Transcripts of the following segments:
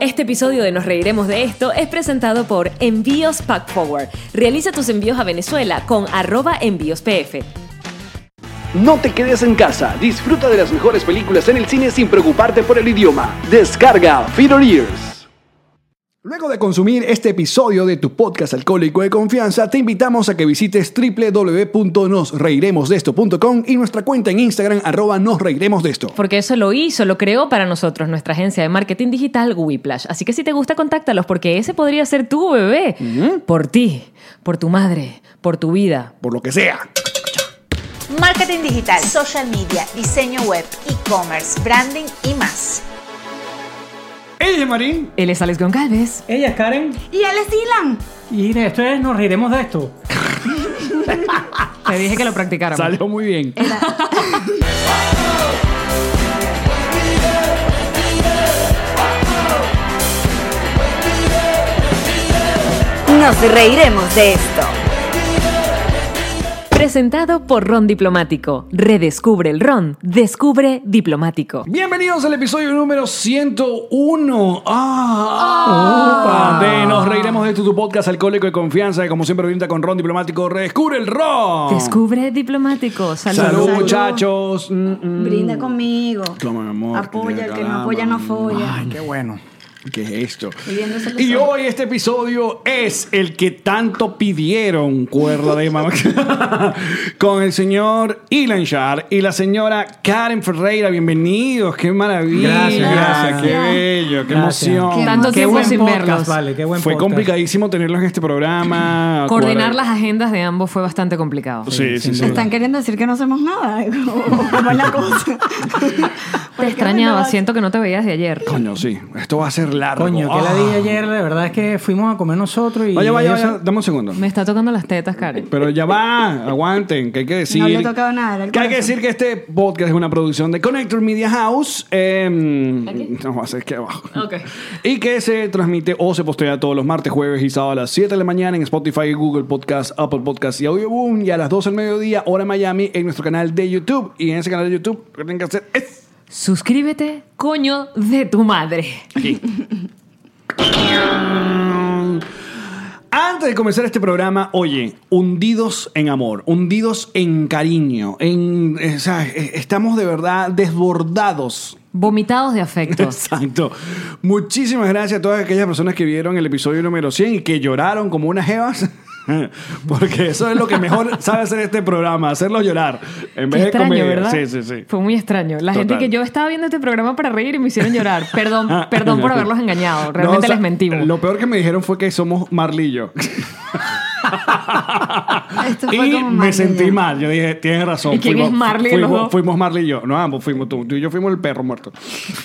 Este episodio de Nos Reiremos de Esto es presentado por Envíos Pack Forward. Realiza tus envíos a Venezuela con @envíospf. No te quedes en casa. Disfruta de las mejores películas en el cine sin preocuparte por el idioma. Descarga Feeder Ears. Luego de consumir este episodio de tu podcast alcohólico de confianza, te invitamos a que visites www.nosreiremosdeesto.com y nuestra cuenta en Instagram @nosreiremosdeesto. Porque eso lo creó para nosotros nuestra agencia de marketing digital Whiplash. Así que si te gusta, contáctalos porque ese podría ser tu bebé. Por ti, por tu madre, por tu vida. Por lo que sea. Marketing digital, social media, diseño web, e-commerce, branding y más. Ella es Marín. Él es Alex Goncalves. Ella es Karen. Y él es Dylan. Y de esto es Nos Reiremos de Esto. Te dije que lo practicáramos. Salió muy bien. Nos reiremos de esto. Presentado por Ron Diplomático. Redescubre el Ron. Descubre Diplomático. Bienvenidos al episodio número 101. De Nos Reiremos de Esto, tu podcast alcohólico de confianza, que como siempre brinda con Ron Diplomático. Redescubre el Ron. Descubre Diplomático. Salud, muchachos. Brinda conmigo. Toma, mi amor. Apoya, el que no apoya no folla. Ay, qué bueno. ¿Qué es esto? Viviéndose los Y ojos. hoy este episodio es el que tanto pidieron, cuerda de mamá, con el señor Ilan Shar y la señora Karen Ferreira. Bienvenidos, qué maravilla. Gracias. Qué bello, qué Gracias. emoción. Tanto Qué tiempo buen sin podcast, verlos. vale, qué buen Fue podcast. complicadísimo tenerlos en este programa. Coordinar las agendas de ambos fue bastante complicado. Sí. Están queriendo decir que no hacemos nada. ¿Cómo es la cosa? Te extrañaba, siento que no te veías de ayer. Coño, sí, esto va a ser largo. Coño, que la dije ayer, de verdad es que fuimos a comer nosotros y... Vaya, eso- dame un segundo. Me está tocando las tetas, Karen. Pero ya va, aguanten, que hay que decir. No le he tocado nada, era el Que hay que corazón. decir que este podcast es una producción de Connector Media House. No va a ser que abajo. Ok. Y que se transmite o se postea todos los martes, jueves y sábados a las 7 de la mañana en Spotify, Google Podcast, Apple Podcast y Audioboom. Y a las 12 del mediodía, hora Miami, en nuestro canal de YouTube. Y en ese canal de YouTube, lo que tienen que hacer es Suscríbete, coño de tu madre. aquí. Antes de comenzar este programa, oye, hundidos en amor, hundidos en cariño, estamos de verdad desbordados. Vomitados de afecto. Exacto. Muchísimas gracias a todas aquellas personas que vieron el episodio número 100 y que lloraron como unas jevas. Porque eso es lo que mejor sabe hacer este programa, hacerlos llorar. En Qué vez de extraño, comedia. ¿verdad? Sí. Fue muy extraño. La Total. gente que yo estaba viendo este programa para reír y me hicieron llorar. Perdón por haberlos engañado. Realmente No, o sea, les mentimos. Lo peor que me dijeron fue que somos Marley y yo. Esto fue Y como me Marley sentí ya. mal. Yo dije, tienes razón. ¿Y quién es Marley de los dos? Fuimos Marley y yo. No, ambos fuimos tú y yo fuimos el perro muerto.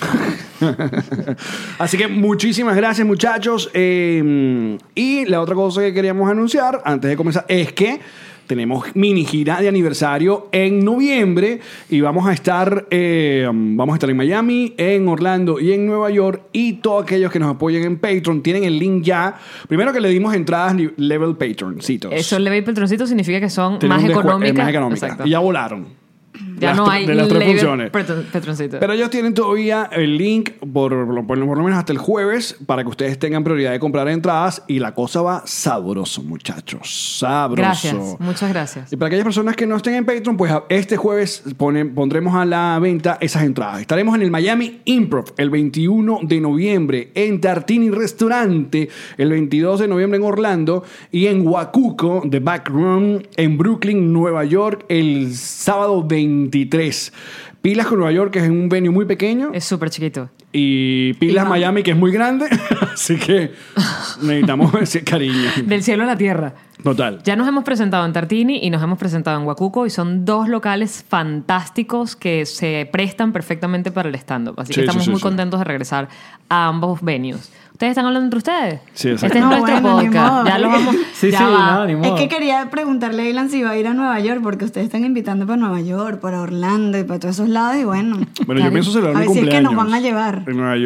Así que muchísimas gracias, muchachos. Y la otra cosa que queríamos anunciar antes de comenzar es que tenemos mini gira de aniversario en noviembre y vamos a estar en Miami, en Orlando y en Nueva York. Y todos aquellos que nos apoyen en Patreon tienen el link ya. Primero que le dimos entradas level Patroncitos. Eso, leve y Petroncito signica que son Tienen más un económicas. más económicas. Exacto. Y ya volaron. Ya no hay de las tres leve funciones. Petroncito. Pero ellos tienen todavía el link por lo menos hasta el jueves para que ustedes tengan prioridad de comprar entradas y la cosa va sabroso, muchachos. Sabroso. Gracias, muchas gracias. Y para aquellas personas que no estén en Patreon, pues este jueves pondremos a la venta esas entradas. Estaremos en el Miami Improv el 21 de noviembre, en Tartini Restaurante el 22 de noviembre en Orlando y en Wakuko, The Back Room, en Brooklyn, Nueva York, el sábado 23. Pilas con Nueva York, que es un venue muy pequeño. Es súper chiquito. Y Pilas Miami, que es muy grande. Así que necesitamos ese cariño. Del cielo a la tierra. Total. Ya nos hemos presentado en Tartini y nos hemos presentado en Wakuko y son dos locales fantásticos que se prestan perfectamente para el stand-up. Así Sí, que estamos sí, muy sí. contentos de regresar a ambos venues. ¿Ustedes están hablando entre ustedes? Sí, exacto. Este es No, nuestro bueno, ni podcast. modo. Ya lo vamos. Sí, ya sí, va. no, ni modo. Es que quería preguntarle a Ilan si iba a ir a Nueva York, porque ustedes están invitando para Nueva York, para Orlando y para todos esos lados, y bueno. Bueno, yo pienso celebrar A mi ver si es que cumpleaños. nos van a llevar. En Nueva York.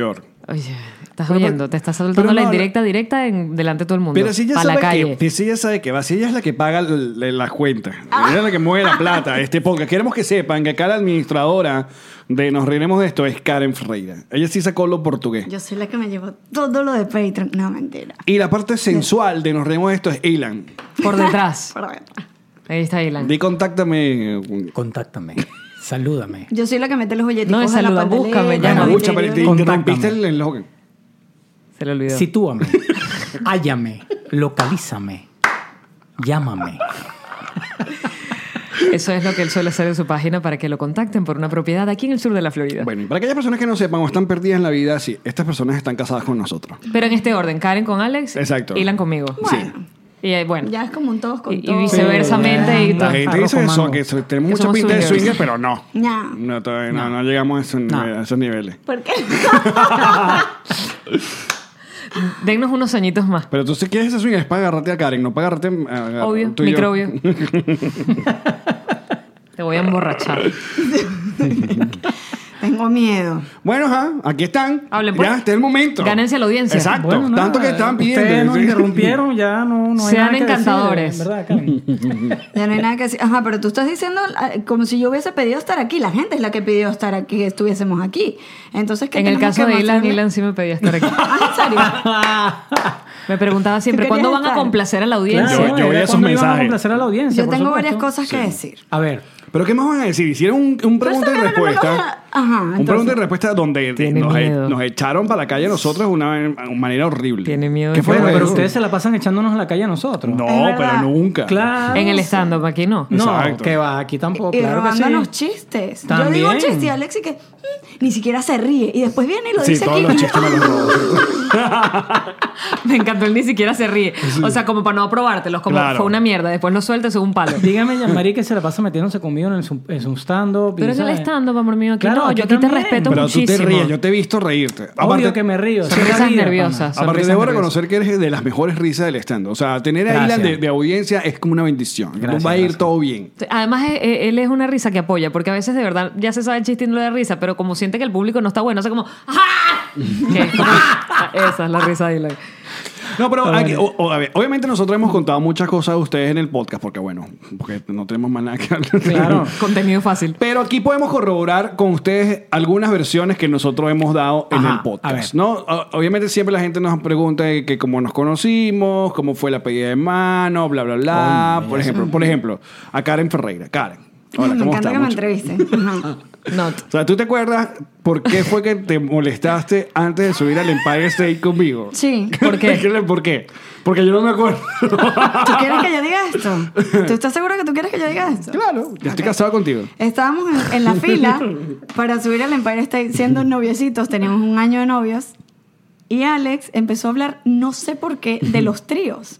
Oye, estás oyendo, te estás soltando pero la no, indirecta directa delante de todo el mundo. Pero si ella Pa' la sabe calle. que, si ella sabe que va, si ella es la que paga las cuentas, ella es la que mueve la plata, porque queremos que sepan que acá la administradora de Nos Reiremos de Esto es Karen Ferreira. Ella sí sacó lo portugués. Yo soy la que me llevo todo lo de Patreon. No, mentira. Y la parte sensual de Nos Reiremos de Esto es Ilan. Por detrás. Por ver. Ahí está Ilan. Di contáctame. Contáctame. Salúdame. Yo soy la que mete los billeticos No, en la saluda, pantaleta. búscame, ya Bueno, no. mucha, pero te Contáctame. interrumpiste el eslogan. Se le olvidó. Sitúame. Hállame. Localízame. Llámame. Eso es lo que él suele hacer en su página para que lo contacten por una propiedad aquí en el sur de la Florida. Bueno, y para aquellas personas que no sepan o están perdidas en la vida, sí, estas personas están casadas con nosotros. Pero en este orden, Karen con Alex, Exacto. Ilan conmigo. Bueno, Y bueno, ya es como un todos con y todos. viceversamente. Sí. Y La todo. gente Arroz dice con eso, mango. que tenemos Que mucha somos pinta de swingers. swinger, pero no. No. No, todavía no llegamos a esos niveles. ¿Por qué? Dennos unos añitos más. Pero tú si quieres ese swing es para agarrarte a Karen, no para agarrarte a Obvio, tú y yo. microbio. Te voy a emborrachar. Tengo miedo. Bueno, aquí están. Hablen, pues. Ya, este es el momento. Gánense a la audiencia. Exacto. Bueno, nada, Tanto que estaban pidiendo. Ustedes nos Sí. interrumpieron, ya no hay Sean nada que encantadores. decir, ¿verdad, Karen? Ya no hay nada que decir. Ajá, pero tú estás diciendo como si yo hubiese pedido estar aquí. La gente es la que pidió estar aquí, que estuviésemos aquí. Entonces, ¿qué En el tenemos caso que de Ilan, hacerle? Ilan sí me pedía estar aquí. Ah, ¿en serio? Me preguntaba siempre, ¿Tú ¿cuándo querías van a estar? complacer a la audiencia? Yo vi era esos cuando íbamos a mensajes. complacer a la audiencia, Yo por tengo supuesto. varias cosas que decir. A ver, ¿Pero qué más van a decir? Hicieron un pregunta y respuesta. Ajá, Un entonces. pregunta y respuesta donde Tiene miedo. nos echaron para la calle a nosotros de una manera horrible. Tiene miedo ¿Qué de fue bueno, pero eso? ustedes se la pasan echándonos a la calle a nosotros. No, Es verdad. pero nunca. Claro. En el stand-up, aquí no. No, Exacto. que va, aquí tampoco. Y Claro que sí. robándonos chistes. Yo También. digo un chiste y Alexi que ni siquiera se ríe. Y después viene y lo Sí, dice todos aquí. los chistes me los robo. Me encantó, él ni siquiera se ríe. O sea, como para no aprobártelos, como Claro. fue una mierda, después lo suelta, es un palo. Dígame, Jean-Marie, que se la pasa metiéndose conmigo en su stand-up. Pero en el stand-up, amor mío, aquí Claro, no, aquí yo aquí te también. respeto Pero tú muchísimo. te ríes, yo te he visto reírte. Obvio que me río. Son así es la risas vida, nerviosas. pana. Son Aparte, risas debo nerviosas. reconocer que eres de las mejores risas del stand. O sea, tener a Gracias. Ilan de audiencia es como una bendición. Gracias, Va a ir gracias. todo bien. Además, él es una risa que apoya, porque a veces de verdad ya se sabe el chiste y no le da risa, pero como siente que el público no está bueno, hace como ¡ajá! Que es como- esa es la risa de Ilan. No, pero aquí, a ver, obviamente nosotros hemos contado muchas cosas de ustedes en el podcast, porque no tenemos más nada que hablar. Claro. Contenido fácil. Pero aquí podemos corroborar con ustedes algunas versiones que nosotros hemos dado en Ajá, el a podcast, ver. ¿no? Obviamente siempre la gente nos pregunta que cómo nos conocimos, cómo fue la pedida de mano, bla, bla, bla. Por ejemplo, a Karen Ferreira. Karen, hola, Me ¿cómo encanta estás? que me Mucho- entrevisten. Ajá. Not. O sea, ¿tú te acuerdas por qué fue que te molestaste antes de subir al Empire State conmigo? Sí. ¿Por qué? ¿Por qué? Porque yo no me acuerdo. ¿Tú quieres que yo diga esto? ¿Tú estás seguro que tú quieres que yo diga esto? Claro, ya estoy casado contigo. Estábamos en la fila para subir al Empire State siendo noviecitos, teníamos un año de novios. Y Alex empezó a hablar, no sé por qué, de los tríos.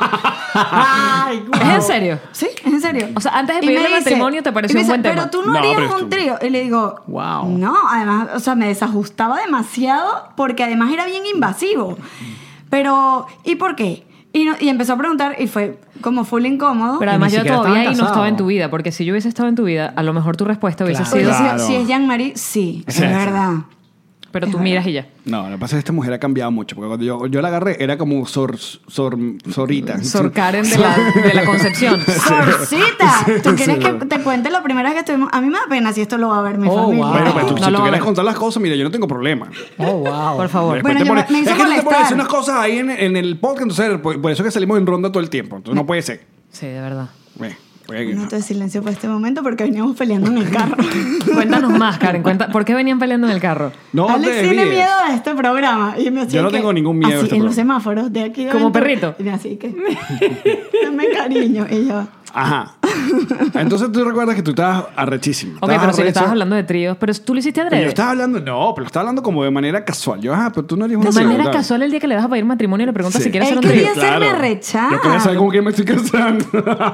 Ay, ¿Es en serio? Sí, es en serio. O sea, antes de Y me pedirle matrimonio, ¿te pareció y me un buen dice, tema? Pero tú no No, harías pero un esto- trío. Y le digo, Wow. no, además, o sea, me desajustaba demasiado porque además era bien invasivo. Pero, ¿y por qué? Y empezó a preguntar y fue como full incómodo. Pero Y además ni yo siquiera todavía ahí estaban no estaba en casados. tu vida, porque si yo hubiese estado en tu vida, a lo mejor tu respuesta hubiese Claro. sido... Porque Claro. si es Jean-Marie, sí, es Sí. verdad. Pero tú miras y ya. No, lo que pasa es que esta mujer ha cambiado mucho. Porque cuando yo la agarré, era como Zorita. Sor Karen de la Concepción. ¡Sorcita! ¿Tú Sí, quieres sí. que te cuente la primera vez que estuvimos? A mí me da pena si esto lo va a ver mi Oh, familia. wow. Bueno, pues tú, No si lo tú va a quieres ver. contar las cosas, mira, yo no tengo problema. Oh, wow. Por favor. Después Bueno, te yo pones- me hizo es que no te molestar. pones a decir unas cosas ahí en el podcast, entonces por eso es que salimos en ronda todo el tiempo. Entonces no puede ser. Sí, de verdad. Pues, Un minuto de silencio para este momento porque veníamos peleando en el carro. Cuéntanos más, Karen. ¿Por qué venían peleando en el carro? no te Alex tiene desvíes. miedo a este programa. Y me hacía Yo no que- tengo ningún miedo a así, este en los programa. semáforos de aquí. de ¿Como adentro, perrito? Y así que... Dame cariño. Y yo... Ajá. Entonces tú recuerdas que tú estabas arrechísimo. Ok, pero si le estabas hablando de tríos, pero tú lo hiciste Pero adrede. yo estaba hablando, no, pero estaba hablando como de manera casual. Yo, pero tú no eres una De manera celebridad. casual, el día que le vas a pedir matrimonio, le preguntas Sí. si quieres Él hacer un trío. quería hacerme arrechar. Yo quería saber con quién me estoy casando.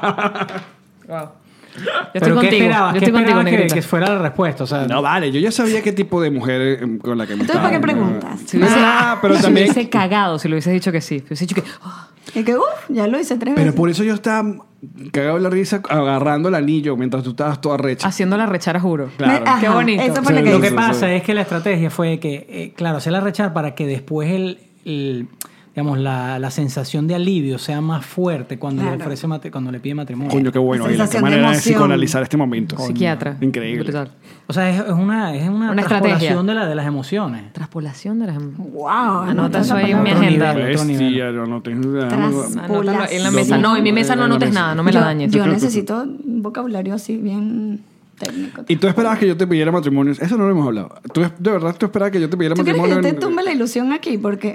Wow. Yo estoy ¿Pero qué contigo. esperabas? Yo ¿Qué estoy contigo, esperabas negrita. que fuera la respuesta? O sea, No, vale, yo ya sabía qué tipo de mujer con la que me Entonces, estaba. ¿para qué preguntas? Si hubiese, pero si también. hubiese cagado, si le hubiese dicho que sí. Si hubiese dicho que... Y que, ya lo hice 3 Pero veces. por eso yo estaba cagado de la risa agarrando el anillo mientras tú estabas toda recha. Haciéndola rechar, juro. Claro. Ajá, Qué bonito. Eso fue Sí, lo que Lo sí, que hice. pasa es que la estrategia fue que, claro, hacerla rechar para que después digamos, la sensación de alivio sea más fuerte cuando Claro. le ofrece cuando le pide matrimonio. Coño, qué bueno. Ahí, la Sensación de manera de emoción. psicoanalizar este momento. Psiquiatra. Increíble. Brutal. O sea, es una estrategia. transpolación de las emociones. Traspolación de las... Wow. Anota eso ahí en mi Otro agenda. nivel. Otro nivel. Bestia, no te... Anótalo en la mesa. Lo- No, en mi mesa no anotes nada, no me la dañes. Yo necesito un vocabulario así bien técnico. Y tú esperabas que yo te pidiera matrimonio. Eso no lo hemos hablado. De verdad, tú esperabas que yo te pidiera ¿Tú quieres que matrimonio. yo te tumbe la ilusión aquí? Porque...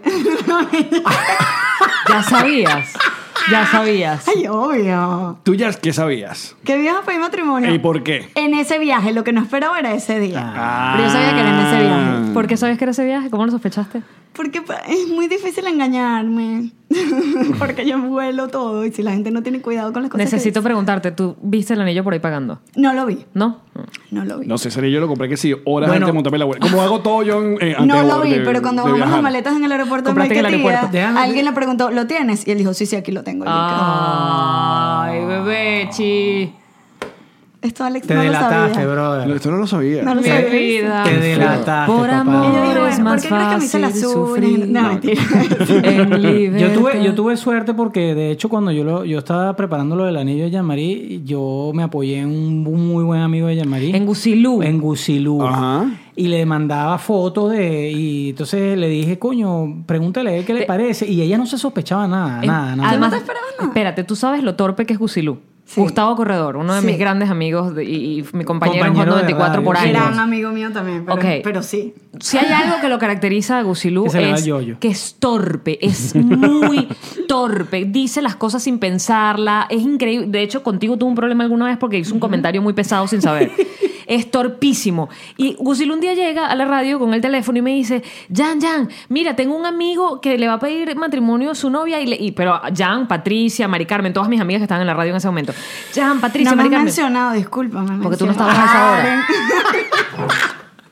Ya sabías. Ya sabías. Ay, obvio. ¿Tú ya qué sabías? ¿Qué ibas a pedir matrimonio? ¿Y por qué? En ese viaje, lo que no esperaba era ese día. Ah. Pero yo sabía que era en ese viaje. ¿Por qué sabías que era ese viaje? ¿Cómo lo sospechaste? Porque es muy difícil engañarme. Porque yo vuelo todo y si la gente no tiene cuidado con las cosas Necesito que preguntarte, ¿tú viste el anillo por ahí pagando? dice. No lo vi. ¿No? No lo vi. No sé, sería yo lo compré que sí, horas Bueno. antes de montarme la vuelta. Como hago todo yo antes No lo vi, de- pero cuando de bajamos las viajar. maletas en el aeropuerto de Compraste en el Maiquetía, aeropuerto. Déjame- alguien le preguntó, ¿lo tienes? Y él dijo, sí, aquí lo tengo. Y yo, Ay, bebé, chi. esto Alex Te no lo delataste, sabía. brother. Esto no lo sabía. No lo Mi sabía. vida. Te delataste, Por papá. amor Y yo digo, es bueno, ¿por más qué crees que me hice fácil las sufrir. uñas? No, mentira. En libertad. Yo tuve suerte porque, de hecho, cuando yo estaba preparando lo del anillo de Jean-Marie, yo me apoyé en un muy buen amigo de Jean-Marie. En Gusilú. En Gusilú. Ajá. Y le mandaba fotos y entonces le dije, coño, pregúntale a él qué le parece. Y ella no se sospechaba nada. Además, te esperabas nada? espérate, tú sabes lo torpe que es Gusilú. Sí. Gustavo Corredor, uno de Sí. mis grandes amigos y mi compañero en Hot Compañero de 94 por radio, sí. años. Gran amigo mío también, pero, Ok. pero sí. Si hay algo que lo caracteriza a Gusilú Que se le va es el yoyo. que es torpe, es muy torpe, dice las cosas sin pensarla, es increíble. De hecho, contigo tuve un problema alguna vez porque hizo un comentario muy pesado sin saber. Es torpísimo. Y Gusilú un día llega a la radio con el teléfono y me dice, Jan, mira, tengo un amigo que le va a pedir matrimonio a su novia, pero Jan, Patricia, Mari Carmen, todas mis amigas que estaban en la radio en ese momento. Jan, Patricia, No me Mari has Carmen. mencionado, discúlpame. Porque tú no mencionado. estabas a esa hora. Karen.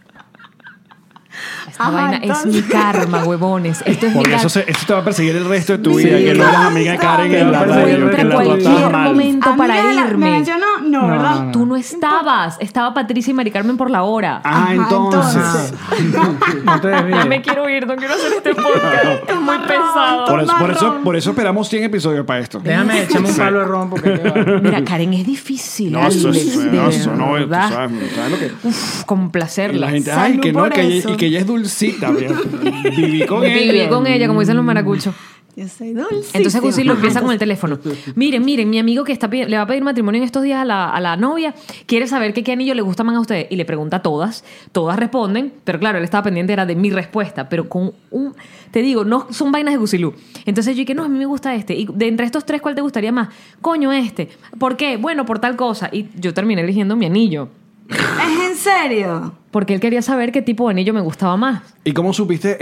Esta Ajá, vaina es entonces. mi karma, huevones. Esto es mi Porque karma. eso te va a perseguir el resto de tu Sí, vida. Que no eras amiga de Karen en la radio. Encuentra Que la cualquier tratabas mal. momento para Amiga, irme. ¿me mencionó? No, ¿verdad? Tú no estabas. Estaba Patricia y Mari Carmen por la hora. Ah, Ajá, entonces. No te desvíes. Ya me quiero ir, no quiero hacer este podcast. Es muy pesado. Por eso esperamos 100 episodios para esto. Déjame echarme un palo de ron porque qué va. Mira, Karen es difícil. No, eso Alex, es de eso, no, tú verdad. sabes lo que... Uf, Y complacerla. la gente, Salud ay, que no, por que ella, eso. y que ella es dulcita. Mira. Viví con Viví ella. con ella, como dicen los maracuchos. Yo soy dulce. Entonces Gusilú empieza con el teléfono. Miren, mi amigo que le va a pedir matrimonio en estos días a la novia, quiere saber qué anillo le gusta más a ustedes. Y le pregunta a todas responden, pero claro, él estaba pendiente, era de mi respuesta, pero con te digo, no son vainas de Gusilú. Entonces yo dije, no, a mí me gusta este. Y de entre estos tres, ¿cuál te gustaría más? Coño, este. ¿Por qué? Bueno, por tal cosa. Y yo terminé eligiendo mi anillo. ¿Es en serio? Porque él quería saber qué tipo de anillo me gustaba más. ¿Y cómo supiste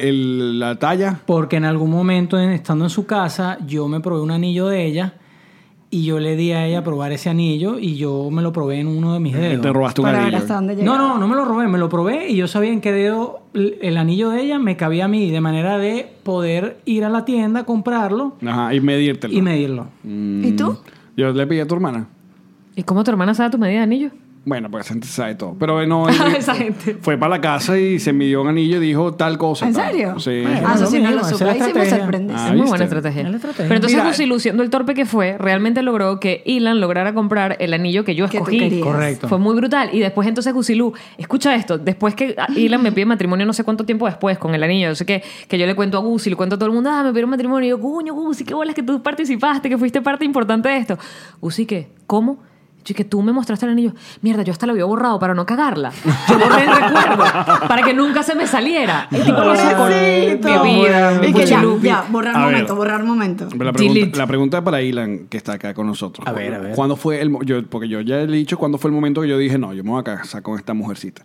la talla? Porque en algún momento, estando en su casa, yo me probé un anillo de ella y yo le di a ella a probar ese anillo y yo me lo probé en uno de mis dedos. Te robaste un Para ver anillo. hasta dónde llegaba. No me lo robé, me lo probé y yo sabía en qué dedo el anillo de ella me cabía a mí, de manera de poder ir a la tienda, comprarlo Ajá, y medírtelo. y medirlo. ¿Y tú? Yo le pedí a tu hermana. ¿Y cómo tu hermana sabe tu medida de anillo? Bueno, pues esa gente sabe todo. Pero no, Esa gente. fue para la casa y se midió un anillo y dijo tal cosa. ¿En tal. serio? Sí. Bueno. Ah, eso sí, no mismo, lo esa es supe. la Ahí sí me estrategia. sorprendí. Ah, Es muy buena ¿viste? estrategia. Es la estrategia. Pero entonces Mira, Gusilú, siendo el torpe que fue, realmente logró que Ilan lograra comprar el anillo que yo Que tú escogí. querías. Correcto. Fue muy brutal. Y después entonces Gusilú, escucha esto, después que Ilan me pide matrimonio no sé cuánto tiempo después con el anillo, yo sé que yo le cuento a Gusi, le cuento a todo el mundo, me pidieron matrimonio. Y yo, coño, Gusi, qué bolas que tú participaste, que fuiste parte importante de esto. Gusi, ¿qué? ¿Cómo? Yo, que tú me mostraste el anillo. Mierda, yo hasta lo había borrado para no cagarla. Yo borré el recuerdo para que nunca se me saliera. El tipo lo hizo con Pobrecito. mi vida, mi Y que ya, Gusilupi. borrar A ver. momento. Delete. La pregunta para Ilan, que está acá con nosotros. A ver. ¿Cuándo fue porque yo ya le he dicho cuándo fue el momento que yo dije, no, yo me voy a casar con esta mujercita?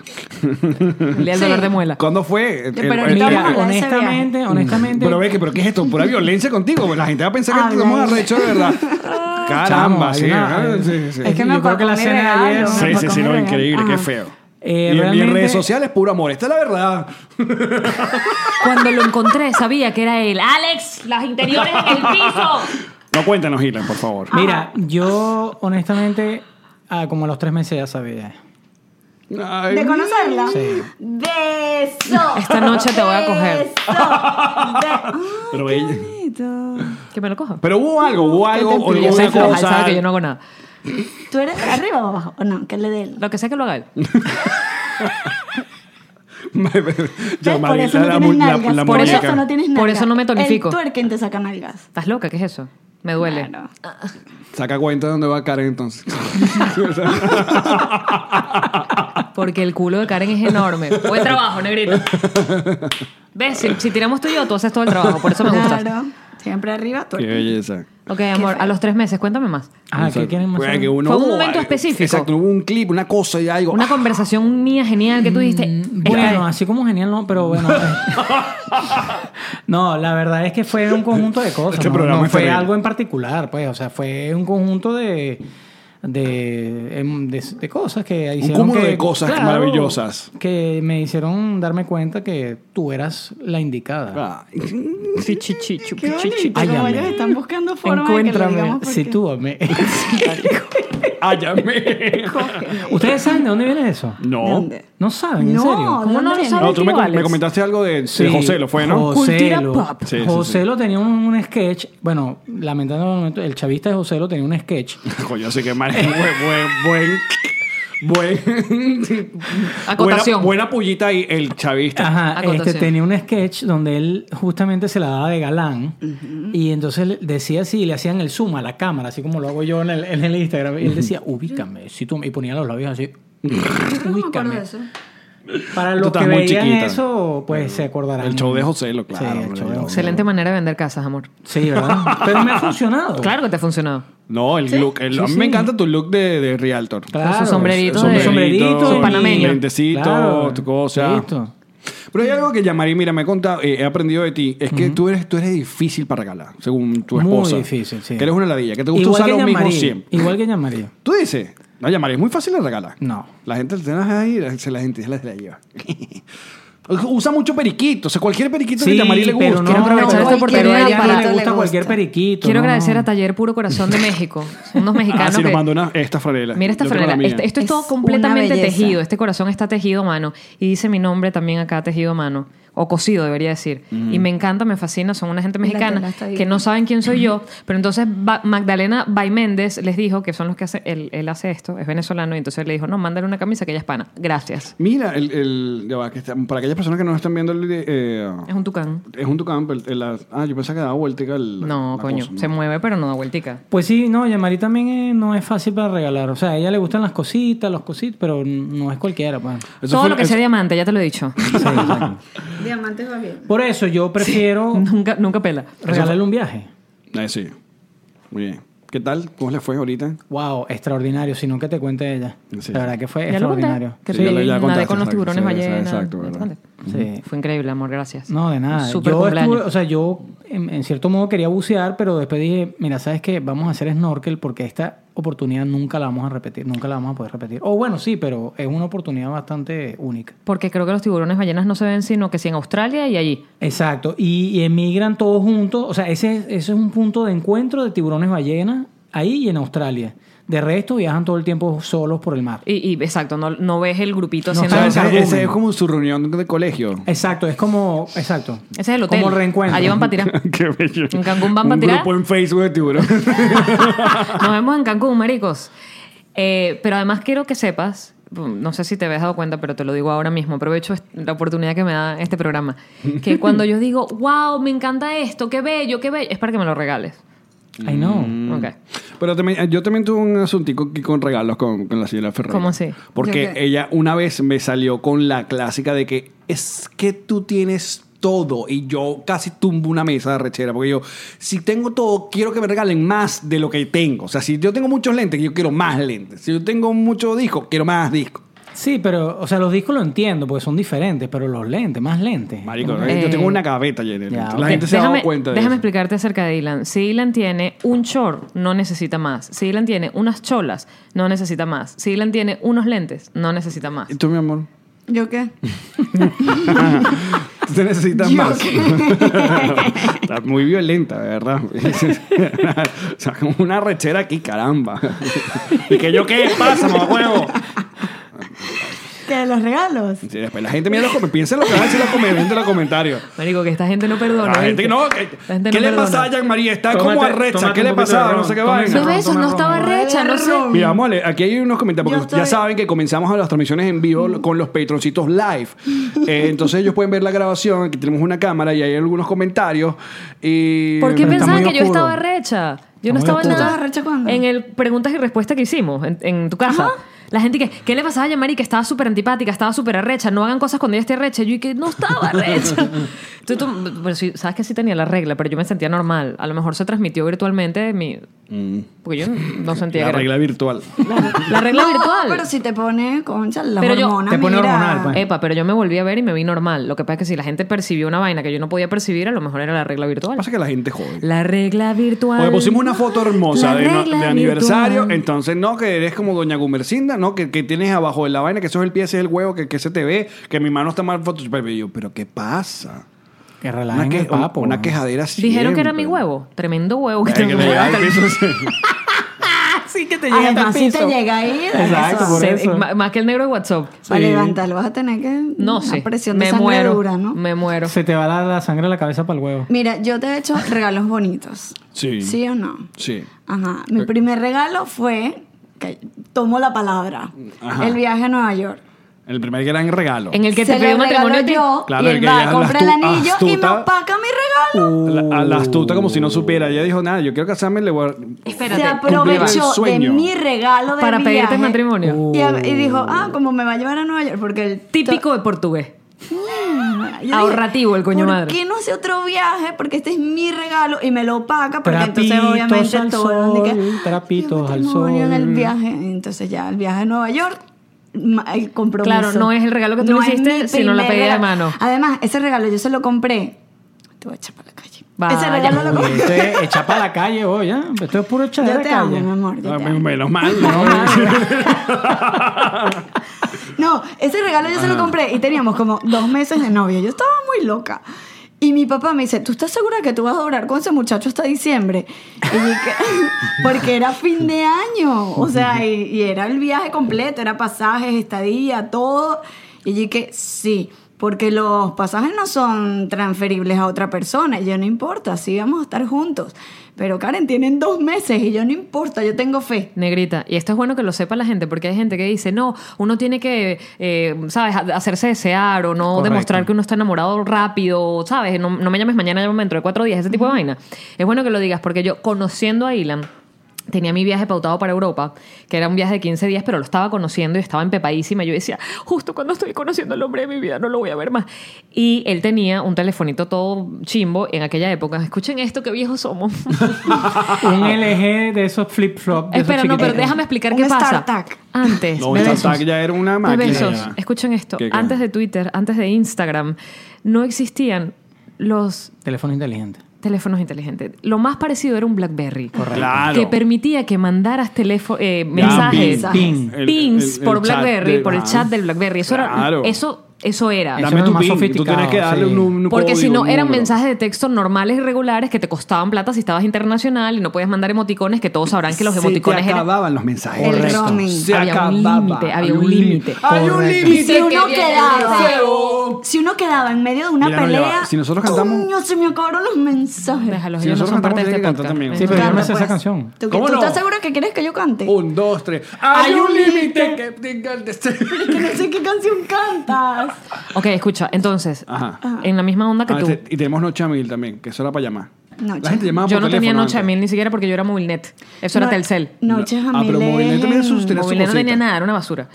El día del dolor de muela. ¿Cuándo fue? Pero Mira, Vamos a hablar de ese honestamente. Pero ¿qué es esto? ¿Pura violencia contigo? La gente va a pensar que Habla estamos ahí. arrechos de verdad. Caramba, Chamo, sí. hay una- Sí. Es que me Yo creo que la apagó mi cena de regalo, ayer- me Sí, apagó sí, mi no, regalo. increíble, Ajá. qué feo. Y realmente- en redes sociales, puro amor. Esta es la verdad. Cuando lo encontré, sabía que era él. ¡Alex! ¡Las interiores en el piso! No, cuéntanos, Ilan, por favor. Mira, yo honestamente, como a los 3 meses ya sabía. Ay, ¿De conocerla? Sí. ¡Beso! Esta noche te voy a coger. Pero ella... Bonito. Que me lo coja. Pero hubo algo o Yo alguna soy floja, él cosa. sabe que yo no hago nada. ¿Tú eres arriba o abajo? ¿O no? Que le dé él. Lo que sea que lo haga él. Ya, Por eso Marita, no tienes nalgas. la Por muñeca. eso no tienes nalgas. Por eso no me tonifico. El twerking te saca nalgas. ¿Estás loca? ¿Qué es eso? Me duele. Claro. Saca cuenta de dónde va Karen entonces. Porque el culo de Karen es enorme. Buen trabajo, negrito. ¿Ves? Si tiramos tú y yo, tú haces todo el trabajo. Por eso me gusta. Claro. Siempre arriba, Qué twerking. belleza. Ok, amor, a los 3 meses, cuéntame más. ¿Qué quieren más? Fue que uno- Fue un momento específico. Exacto, hubo un clip, una cosa y algo. Una conversación mía genial que tú dijiste. Bueno, así como genial, no, pero bueno. No, la verdad es que fue un conjunto de cosas. Este no, programa no es fue terrible. algo en particular, pues. O sea, fue un conjunto de cosas que hicieron cúmulo que, de cosas maravillosas. que me hicieron darme cuenta que tú eras la indicada. Ah, Qué bonito. Ay, Como amé. ellos están buscando forma de que lo Encuéntrame. digamos porque... Si tú amé. Áyame. ¿Ustedes saben de dónde viene eso? ¿De No. dónde? ¿No saben? ¿En No, serio? ¿Cómo no lo ¿dónde sabes? No, tú me, tío Alex? me comentaste algo de Sí, José, ¿fue, no? Cultura Joselo. pop. Sí, sí, Joselo tenía un sketch. Bueno, lamentablemente el chavista de Joselo tenía un sketch. Coño, así que mal. Buen. Acotación. Buena pullita ahí, el chavista. Ajá, Acotación. tenía un sketch donde él justamente se la daba de galán y entonces decía así, le hacían el zoom a la cámara, así como lo hago yo en el Instagram. Y él decía, ubícame, si tú, y ponía los labios así, No me acuerdo ubícame. de eso. Para Tú los que estás muy veían chiquita. eso, pues se acordarán. El show de Joselo, claro. Sí, el hombre, show de yo- Joselo. Excelente manera de vender casas, amor. Sí, ¿verdad? Pero me ha funcionado. Claro que te ha funcionado. No, el look. A mí Sí, me sí. encanta tu look de Realtor. Claro. Con su sombrerito Su de- sombrerito, su panameño. Lentecito, Claro. tu cosa. Listo. Pero hay algo que Yamari, mira, me he contado, he aprendido de ti, es que tú eres difícil para regalar, según tu Muy esposa. difícil, sí. Que eres una ladilla, que te gusta Igual usar que lo mismo Jean-Marie. siempre. Igual que Jean-Marie. Tú dices, no, Yamari, es muy fácil de regalar. No. La gente te deja ahí, la gente se la lleva. Usa mucho periquito, o sea, cualquier periquito que a Yamari le guste. pero no, Quiero aprovechar esta pero a oportunidad ella no para- le gusta le cualquier gusta. periquito. Quiero no, agradecer no. a Taller Puro Corazón de México. Unos mexicanos Ah, sí, nos que... mandó esta franela. Mira esta Yo tengo franela. la mía. Esto es todo Es completamente una belleza. tejido. Este corazón está tejido a mano. Y dice mi nombre también acá, tejido a mano. O cosido, debería decir. Y me encanta, me fascina. Son una gente La mexicana tela está que divina. no saben quién soy yo. Pero entonces Magdalena Baiméndez les dijo que son los que hacen... Él hace esto, es venezolano. Y entonces le dijo, no, mándale una camisa que ella es pana. Gracias. Mira, ya va, para aquellas personas que no están viendo, Es un tucán. es un tucán, pero yo pensaba que daba vuelta No, coño. Se mueve, pero no da vueltica. Pues sí, no, Jean-Marie también no es fácil para regalar. O sea, a ella le gustan las cositas, pero no es cualquiera, pues. Todo lo que sea diamante, ya te lo he dicho. Sí, exacto. Diamantes va bien. Por eso yo prefiero nunca pela. regalarle un viaje. Sí, muy bien. ¿Qué tal? ¿Cómo le fue ahorita? Wow, extraordinario, sino que te cuente ella. Sí. La verdad que fue Ya lo conté. extraordinario. Que Sí, sí, ya lo- ya nadé contaste, con los exacto, tiburones sí, ballenas. exacto, ¿Ya te verdad. conté? Sí. Fue increíble, amor, gracias. No, de nada. Súper Yo cumpleaños. estuve, o sea, yo en cierto modo quería bucear, pero después dije, mira, ¿sabes qué? Vamos a hacer snorkel porque esta oportunidad nunca la vamos a repetir, nunca la vamos a poder repetir. O bueno, sí, pero es una oportunidad bastante única. Porque creo que los tiburones ballenas no se ven sino que sí en Australia y allí. Exacto, y emigran todos juntos, o sea, ese es un punto de encuentro de tiburones ballenas ahí y en Australia. De resto viajan todo el tiempo solos por el mar. Y exacto, no ves el grupito No, haciendo... O sea, Saben ese cardumen. es como su reunión de colegio. Exacto, es como, exacto. Ese es el hotel. Como el reencuentro. Allí van para tirar. Qué bello. En Cancún van pa' Un tirar. grupo en Facebook de tiburón. Nos vemos en Cancún, maricos. Pero además quiero que sepas, no sé si te habías dado cuenta, pero te lo digo ahora mismo, aprovecho la oportunidad que me da este programa, que cuando yo digo, wow, me encanta esto, qué bello, es para que me lo regales. I know. Ok. Pero yo también tuve un asuntico aquí con regalos con la señora Ferrer. ¿Cómo así? Porque ¿De qué? ella una vez me salió con la clásica de que es que tú tienes todo y yo casi tumbo una mesa de rechera porque yo, si tengo todo, quiero que me regalen más de lo que tengo. O sea, si yo tengo muchos lentes, yo quiero más lentes. Si yo tengo muchos discos, quiero más discos. Sí, pero, o sea, los discos lo entiendo porque son diferentes, pero los lentes, más lentes. Marico, Eh, yo tengo una gaveta llena de ya, lentes. La ok. gente se ha dado cuenta de déjame eso. explicarte acerca de Ilan. Si Ilan tiene un short, no necesita más. Si Ilan tiene unas cholas, no necesita más. Si Ilan tiene unos lentes, no necesita más. ¿Y tú, mi amor? ¿Yo qué? Usted necesita Yo más. qué. Está muy violenta, de verdad. O sea, como una rechera aquí, caramba. ¿Y que yo qué pasa, mamá huevo? ¿Qué? ¿Los regalos? Sí, después la gente mira los comentarios. Piensa en lo que van a decir los comentarios. Marico, que esta gente no perdona. La gente ¿viste? no, La gente ¿qué no le perdona. pasaba a Jean-Marie? Está Tómate- como arrecha. tómate ¿Qué un le poquito de pasaba? ron. No sé qué Tómate vaina. Bebé, eso no estaba recha, no sé. Mira, vamos a leer. Aquí hay unos comentarios. Yo Porque ya estoy- saben que comenzamos a las transmisiones en vivo con los patroncitos live. Entonces ellos pueden ver la grabación. Aquí tenemos una cámara y hay algunos comentarios. Y... ¿Por qué Pero está pensaban muy que yo oscuro. estaba recha? Yo no Está estaba muy en oscuro. nada. ¿Estabas recha cuándo? En el preguntas y respuestas que hicimos en tu casa. La gente que, ¿qué le pasaba a Yamari? Que estaba súper antipática, estaba súper arrecha. No hagan cosas cuando ella esté arrecha. Yo y que no estaba arrecha. Entonces pero sí, sabes que sí tenía la regla, pero yo me sentía normal. A lo mejor se transmitió virtualmente porque yo no sentía La que era- regla virtual. La regla No, virtual. pero si te pone, concha, las Pero yo- hormonas, te pone mira. hormonal, pues. Epa, pero yo me volví a ver y me vi normal. Lo que pasa es que si la gente percibió una vaina que yo no podía percibir, a lo mejor era la regla virtual. Pasa que la gente jode. La regla virtual. Porque pusimos una foto hermosa La regla de aniversario. virtual. Entonces, no, que eres como Doña Gumercinda, ¿no? Que tienes abajo de la vaina, que eso es el pie, ese es el huevo, que se te ve, que mi mano está mal foto. Y yo, ¿pero qué pasa? Que relajen el papo. una ¿no? quejadera siempre. Dijeron que era mi huevo. Tremendo huevo que Que tengo. le llegaba al piso, sí. Sí, que te Además, si te llega ahí, Exacto, eso. por eso. Más que el negro de WhatsApp. Para levantarlo vas a tener que... No una sé. presión de Me sangre muero. dura, ¿no? Me muero. Se te va la sangre a la cabeza para el huevo. Mira, yo te he hecho regalos bonitos. Sí. ¿Sí o no? Sí. Ajá. Mi primer regalo fue... Que tomo la palabra. Ajá. El viaje a Nueva York. El primer gran regalo. En el que Se te pidió lo regalo matrimonio. yo Claro, y el él que va, ya compra el la anillo y me astuta- opaca mi regalo. La astuta como si no supiera. Ella dijo, nada, yo quiero casarme, le voy a... Espérate. Se cumplir el aprovechó de sueño. mi regalo de Para pedirte viaje matrimonio. Y dijo, como me va a llevar a Nueva York, porque el Típico de portugués. Yo dije, Ahorrativo el coño ¿por madre. qué no hace otro viaje? Porque este es mi regalo y me lo opaca, porque entonces Trapitos obviamente al todo el mundo sol, que, trapitos al matrimonio en el sol. viaje. Entonces ya el viaje a Nueva York, el compromiso. Claro, no es el regalo que tú le es hiciste, mi sino la primer pedida de regalo. mano. Además, ese regalo yo se lo compré. Te voy a echar para la calle. Vaya. Ese regalo lo compré. Esto es echar para la calle hoy, ¿eh? Esto es puro echar Yo de la te amo, calle. mi amor. Yo Ah, te amo. menos mal, ¿no? No, ese regalo yo se lo compré y teníamos como 2 meses de novio. Yo estaba muy loca. Y mi papá me dice, ¿tú estás segura que tú vas a durar con ese muchacho hasta diciembre? Y yo dije, porque era fin de año. O sea, y era el viaje completo, era pasajes, estadía, todo. Y yo dije, sí, porque los pasajes no son transferibles a otra persona. Y yo, no importa, sí vamos a estar juntos. Pero Karen, tienen 2 meses y yo, no importa, yo tengo fe. Negrita, y esto es bueno que lo sepa la gente, porque hay gente que dice, no, uno tiene que, ¿sabes?, hacerse desear o no Correcto. demostrar que uno está enamorado rápido, ¿sabes? No me llames mañana, llámame dentro de 4 días, ese tipo de vaina. Es bueno que lo digas, porque yo, conociendo a Ilan, tenía mi viaje pautado para Europa, que era un viaje de 15 días, pero lo estaba conociendo y estaba empepadísima. Yo decía, justo cuando estoy conociendo al hombre de mi vida, no lo voy a ver más. Y él tenía un telefonito todo chimbo en aquella época. Escuchen esto, qué viejos somos. Un LG de esos flip-flop. de esos Espera, no, pero chiquititos. déjame explicar Un qué pasa. StarTAC. Antes, No, bebesos. StarTAC ya era una máquina. Bebesos, ya. escuchen esto. ¿Qué? Antes de Twitter, antes de Instagram, no existían los Teléfono inteligente. teléfonos inteligentes. Lo más parecido era un BlackBerry. Claro. Que permitía que mandaras mensajes, ping. pings El por chat BlackBerry, por el ajá. chat del BlackBerry. Eso Claro. era, eso era. Eso Dame era tu más pin. Tú sofisticado, tienes que darle sí. un Porque si código, no, un eran número. mensajes de texto normales y regulares que te costaban plata si estabas internacional y no podías mandar emoticones, que todos sabrán que los emoticones Se te eran... acababan los mensajes. El Correcto. roaming. Se Había un acababa. límite, había un límite. Hay un Correcto. Y límite. si uno que viene quedaba, feo. si uno quedaba en medio de una Mira, no, ya pelea, va. Si nosotros cantamos- ¡coño, se me acabaron los mensajes! Déjalos, Si ellos no nosotros son parte de cantamos, este tiene que cantar podcast. también. Sí, pero yo me Canta, sé esa pues. canción. ¿Tú, ¿Cómo ¿tú no? estás seguro que quieres que yo cante? 1, 2, 3. Hay un límite que tenga el destino. Que no sé qué canción cantas. Ok, escucha, entonces, Ajá. en la misma onda que Ah, tú. y tenemos Noche a Mil también, que eso era para llamar. Noche. La gente llamaba Yo por no tenía teléfono Noche a antes. Mil ni siquiera porque yo era Movilnet. Eso era No- Telcel. Noches a pero Mil Movilnet también es sus- en- tenía su Movilnet no tenía cosita. nada, era una basura.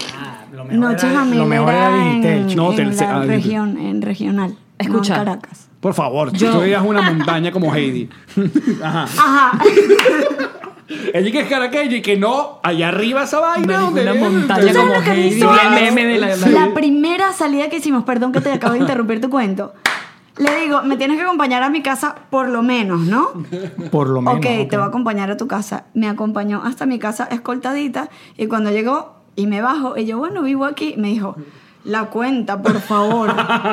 Noches a Mil Lo mejor era Digitel, en, chico. No, en Telcel, la ah, región, en regional. Escucha. No en Caracas. Por favor, Yo- tú veías una montaña como Heidi. Ajá. Ajá. Ella que es caraqueña y que no, allá arriba esa vaina donde Una ven- montaña ¿Tú sabes como lo que me Heidi, hizo el Alex? meme de la... La primera salida que hicimos, perdón que te acabo de interrumpir tu cuento. Le digo, me tienes que acompañar a mi casa por lo menos, ¿no? Por lo menos. Ok, te voy a acompañar a tu casa. Me acompañó hasta mi casa escoltadita y cuando llegó y me bajo, y yo, bueno, vivo aquí, me dijo, la cuenta, por favor.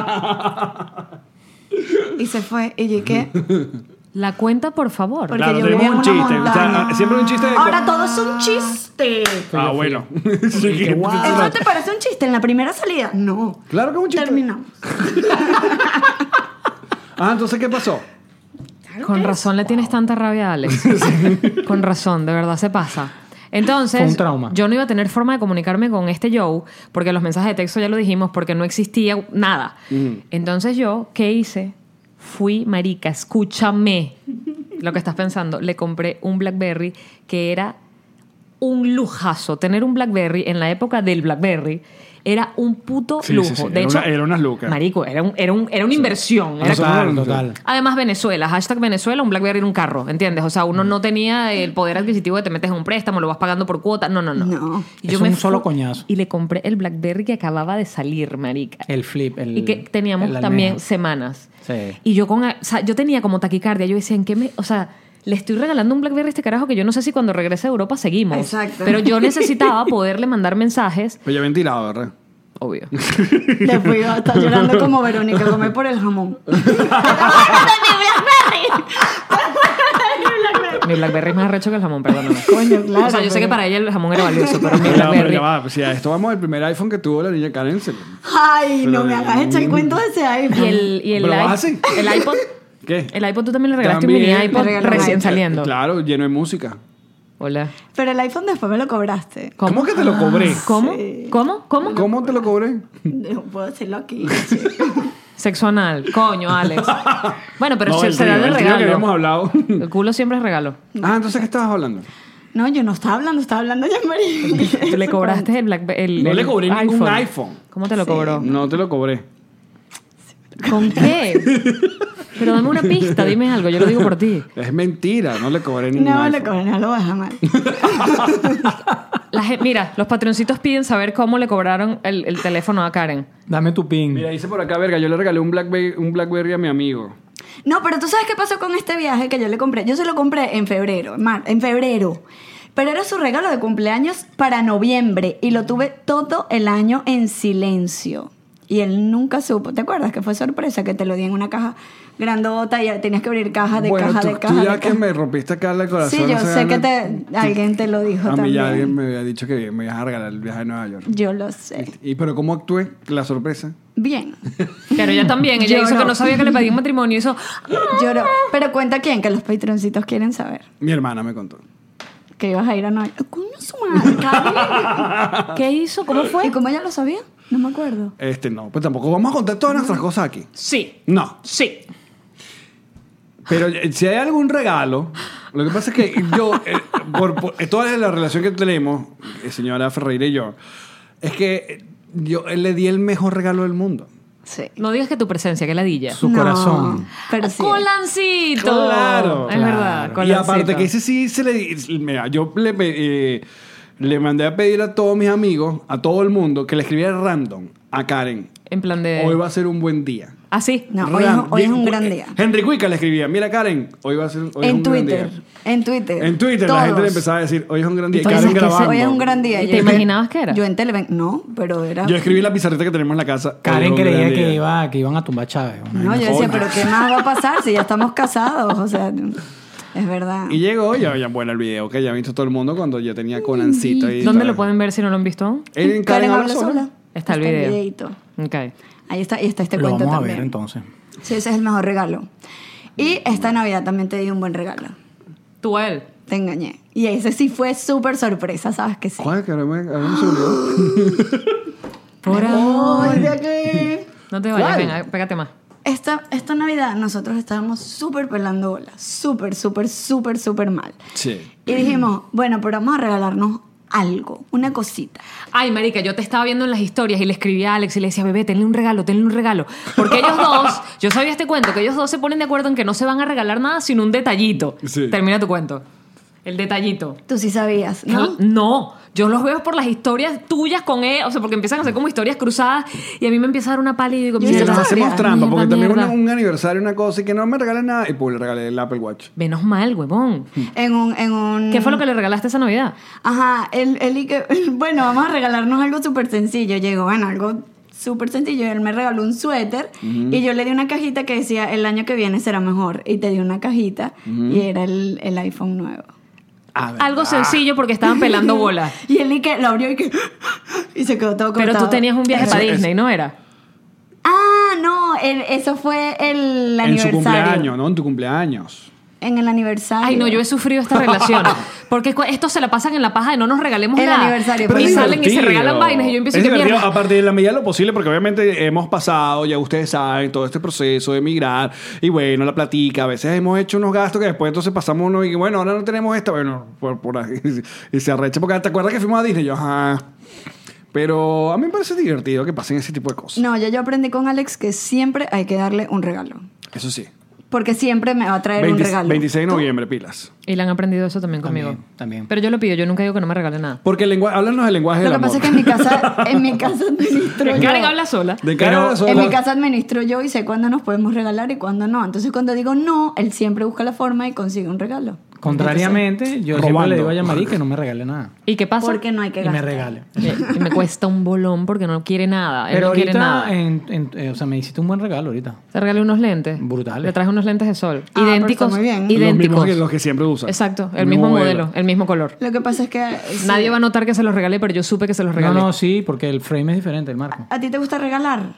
Y se fue. Y yo, ¿qué? La cuenta, por favor. Porque Claro, yo tenemos vivía en un una chiste. montaña. O sea, siempre un chiste de... Ahora todo es un chiste. Ah, bueno. Sí, que- ¿Eso te parece un chiste en la primera salida? No. Claro que es un chiste. Terminamos. Ah, entonces, ¿qué pasó? Con razón le tienes tanta rabia a Alex. Con razón, de verdad se pasa. Entonces, Fue un trauma. yo no iba a tener forma de comunicarme con este Joe, porque los mensajes de texto ya lo dijimos, porque no existía nada. Entonces yo, ¿qué hice? Fui, marica, escúchame lo que estás pensando. Le compré un BlackBerry que era un lujazo. Tener un BlackBerry en la época del BlackBerry era un puto Sí, lujo. sí, sí. De Era hecho, una- era unas lucas. marico, era una inversión. Era Total. Además, Venezuela, hashtag Venezuela, un BlackBerry en un carro, ¿entiendes? O sea, uno no tenía el poder adquisitivo de te metes en un préstamo, lo vas pagando por cuota. No. No. Y Es un solo coñazo. Y le compré el BlackBerry que acababa de salir, marica. El flip. Y que teníamos el también almeja. semanas. Sí. Y yo yo tenía como taquicardia. Yo decía, ¿en qué o sea, le estoy regalando un BlackBerry a este carajo que yo no sé si cuando regrese a Europa seguimos. Exacto. Pero yo necesitaba poderle mandar mensajes, Pues ya ventilado, ¿verdad? obvio. Después iba a estar llorando como Verónica, comer por el jamón. Mi BlackBerry es más arrecho que el jamón, perdóname. Coño, claro. O sea, yo sé que pero- para ella el jamón era valioso, pero mi Pero BlackBerry... ya va, pues, si a esto vamos el primer iPhone que tuvo la niña Karen. Ay, no me hagas echar el cuento de ese iPhone. Y el ¿Pero vas iPod, así? el iPod, ¿Qué? el iPod tú también le regalaste También. un mini Me iPod regaló un recién iPod. saliendo. Claro, lleno de música. Hola. Pero el iPhone después me lo cobraste. ¿Cómo que te lo cobré? ¿Cómo? Sí. ¿Cómo? ¿Cómo te lo cobré? No puedo decirlo aquí. Sexo anal. Coño, Alex. Bueno, pero No, se el da trío, de el trío que habíamos regalo. hablado. El culo siempre es regalo. Ah, entonces, ¿qué estabas hablando? No, yo no estaba hablando ya María. Tú le cobraste el BlackBerry. No le cobré ningún iPhone. ¿Cómo te lo cobró? No te lo cobré. ¿Con qué? Pero dame una pista, dime algo, yo lo digo por ti. Es mentira, no le cobré ningún No, iPhone. le cobré, no lo vas a amar. Mira, los patroncitos piden saber cómo le cobraron el teléfono a Karen. Dame tu pin. Mira, dice por acá, verga, yo le regalé un Blackberry a mi amigo. No, pero tú sabes qué pasó con este viaje que yo le compré. Yo se lo compré en febrero, en febrero. Pero era su regalo de cumpleaños para noviembre y lo tuve todo el año en silencio. Y él nunca supo. ¿Te acuerdas que fue sorpresa que te lo di en una caja grandota y tenías que abrir caja de Bueno, caja tú, de tú caja? ya de que caja? me rompiste acá el corazón. Sí, yo hace sé que ganas. alguien te lo dijo A mí también. ya alguien me había dicho que me ibas a regalar el viaje a Nueva York. Yo lo sé. Pero ¿cómo actué? La sorpresa. Bien. Claro, ella también. Ella hizo Lloró. que no sabía que le pedí un matrimonio. Hizo... Lloró. Pero cuenta quién, que los patroncitos quieren saber. Mi hermana me contó. Que ibas a ir a Nueva York. Coño, su madre, Karen. ¿Qué hizo? ¿Cómo ¿Y fue? cómo ella lo sabía? No me acuerdo. No, pues tampoco vamos a contar todas nuestras cosas aquí. Sí. No. Sí. Pero si hay algún regalo, lo que pasa es que yo, por toda la relación que tenemos, señora Ferreira y yo, es que yo le di el mejor regalo del mundo. Sí. No digas que tu presencia, que ladilla. Su corazón. Pero sí. ¡Colancito! Claro. Es verdad. Y Colancito. aparte que ese sí se le... Mira, yo le mandé a pedir a todos mis amigos, a todo el mundo, que le escribiera random a Karen. En plan de... Hoy va a ser un buen día. ¿Ah, sí? No, hoy es un gran día. Henry Cuica le escribía, mira Karen, hoy va a ser hoy es En un gran Twitter. día. En Twitter. En Twitter la gente le empezaba a decir, hoy es un gran día. Y Entonces, Karen que grabando. hoy es un gran día. ¿Y Yo te dije- imaginabas que era? Yo en Televen. No, pero era. Yo escribí en la pizarrita que tenemos en la casa. hoy es Karen un gran creía día. que iban a tumbar a Chávez. una No, vaina yo decía, Joder. pero ¿qué más va a pasar si ya estamos casados? O sea, es verdad. Y llegó, ya bueno el video que ya ha visto todo el mundo cuando yo tenía Colancito. y ¿Dónde todo. lo pueden ver si no lo han visto aún? En Karen habla sola. Está el video. videíto. Ok. Ahí está, y está este Lo cuento vamos a también. ver entonces. Sí, ese es el mejor regalo. Y esta Navidad también te di un buen regalo. Tú a él. Te engañé. Y ese sí fue súper sorpresa, ¿sabes que sí? ¿Cuál? Que ahora me se olvidó. Por amor. Ay, de aquí. No te vayas, ¿Cuál? venga, pégate más. Esta Navidad nosotros estábamos súper pelando bolas. Súper mal. Sí. Y dijimos, bueno, pero vamos a regalarnos algo, una cosita. Ay, marica, yo te estaba viendo en las historias y le escribí a Alex y le decía, bebé, tenle un regalo. Porque ellos dos, yo sabía este cuento, que ellos dos se ponen de acuerdo en que no se van a regalar nada sino un detallito. Sí. Termina tu cuento. El detallito. Tú sí sabías, ¿no? No, yo los veo por las historias tuyas con él, o sea, porque empiezan a hacer como historias cruzadas y a mí me empieza a dar una pálida y digo, Yo Sí, sí nos sabía. hacemos trampa, mierda, porque también mierda. un aniversario, una cosa, y que no me regalen nada, y pues le regalé el Apple Watch. Menos mal, huevón. En un... ¿Qué fue lo que le regalaste esa Navidad? Ajá, él y que... Bueno, vamos a regalarnos algo súper sencillo. Llegó, bueno, algo súper sencillo. Él me regaló un suéter y yo le di una cajita que decía, el año que viene será mejor. Y te di una cajita y era el iPhone nuevo. Algo sencillo porque estaban pelando bolas. Y él lo abrió y se quedó todo cortado. Pero tú tenías un viaje para Disney, ¿no era? Ah, no, eso fue el aniversario. En su cumpleaños, ¿no? En tu cumpleaños. En el aniversario. Ay, no, yo he sufrido esta relación. Porque estos se la pasan en la paja de no nos regalemos El nada. aniversario, Pero pero y es salen y se divertido. regalan vainas y yo empiezo Es a que divertido, mierda. aparte de la medida de lo posible, porque obviamente hemos pasado, ya ustedes saben, todo este proceso de emigrar. Y bueno, la platica. A veces hemos hecho unos gastos que después entonces pasamos uno y bueno, ahora no tenemos esta. Bueno, por ahí. Y se arrecha. Porque ¿te acuerdas que fuimos a Disney? Yo, ajá. Pero a mí me parece divertido que pasen ese tipo de cosas. No, yo aprendí con Alex que siempre hay que darle un regalo. Eso sí. Porque siempre me va a traer un regalo. 26 de noviembre, pilas. Y le han aprendido eso también conmigo. También. Pero yo lo pido, yo nunca digo que no me regalen nada. Porque háblanos del lenguaje Lo del que amor. pasa es que en mi casa administro yo. Karen habla sola. De cara a la sola. En mi casa administro yo y sé cuándo nos podemos regalar y cuándo no. Entonces cuando digo no, él siempre busca la forma y consigue un regalo. Contrariamente, yo siempre Robando. le digo a Yamari que no me regale nada. ¿Y qué pasa? Porque no hay que Y me gastar. regale. Y me cuesta un bolón porque no quiere nada. Él Pero no quiere ahorita, nada. o sea, me hiciste un buen regalo ahorita. Te regalé unos lentes. Brutales. Le traje unos lentes de sol. Ah, pero idénticos. está muy bien. Los Idénticos. mismos que los que siempre usan. Exacto. El mismo modelo, el mismo color. Lo que pasa es que... sí. Nadie va a notar que se los regalé, pero yo supe que se los regalé. No, sí, porque el frame es diferente, el marco. ¿A ti te gusta regalar?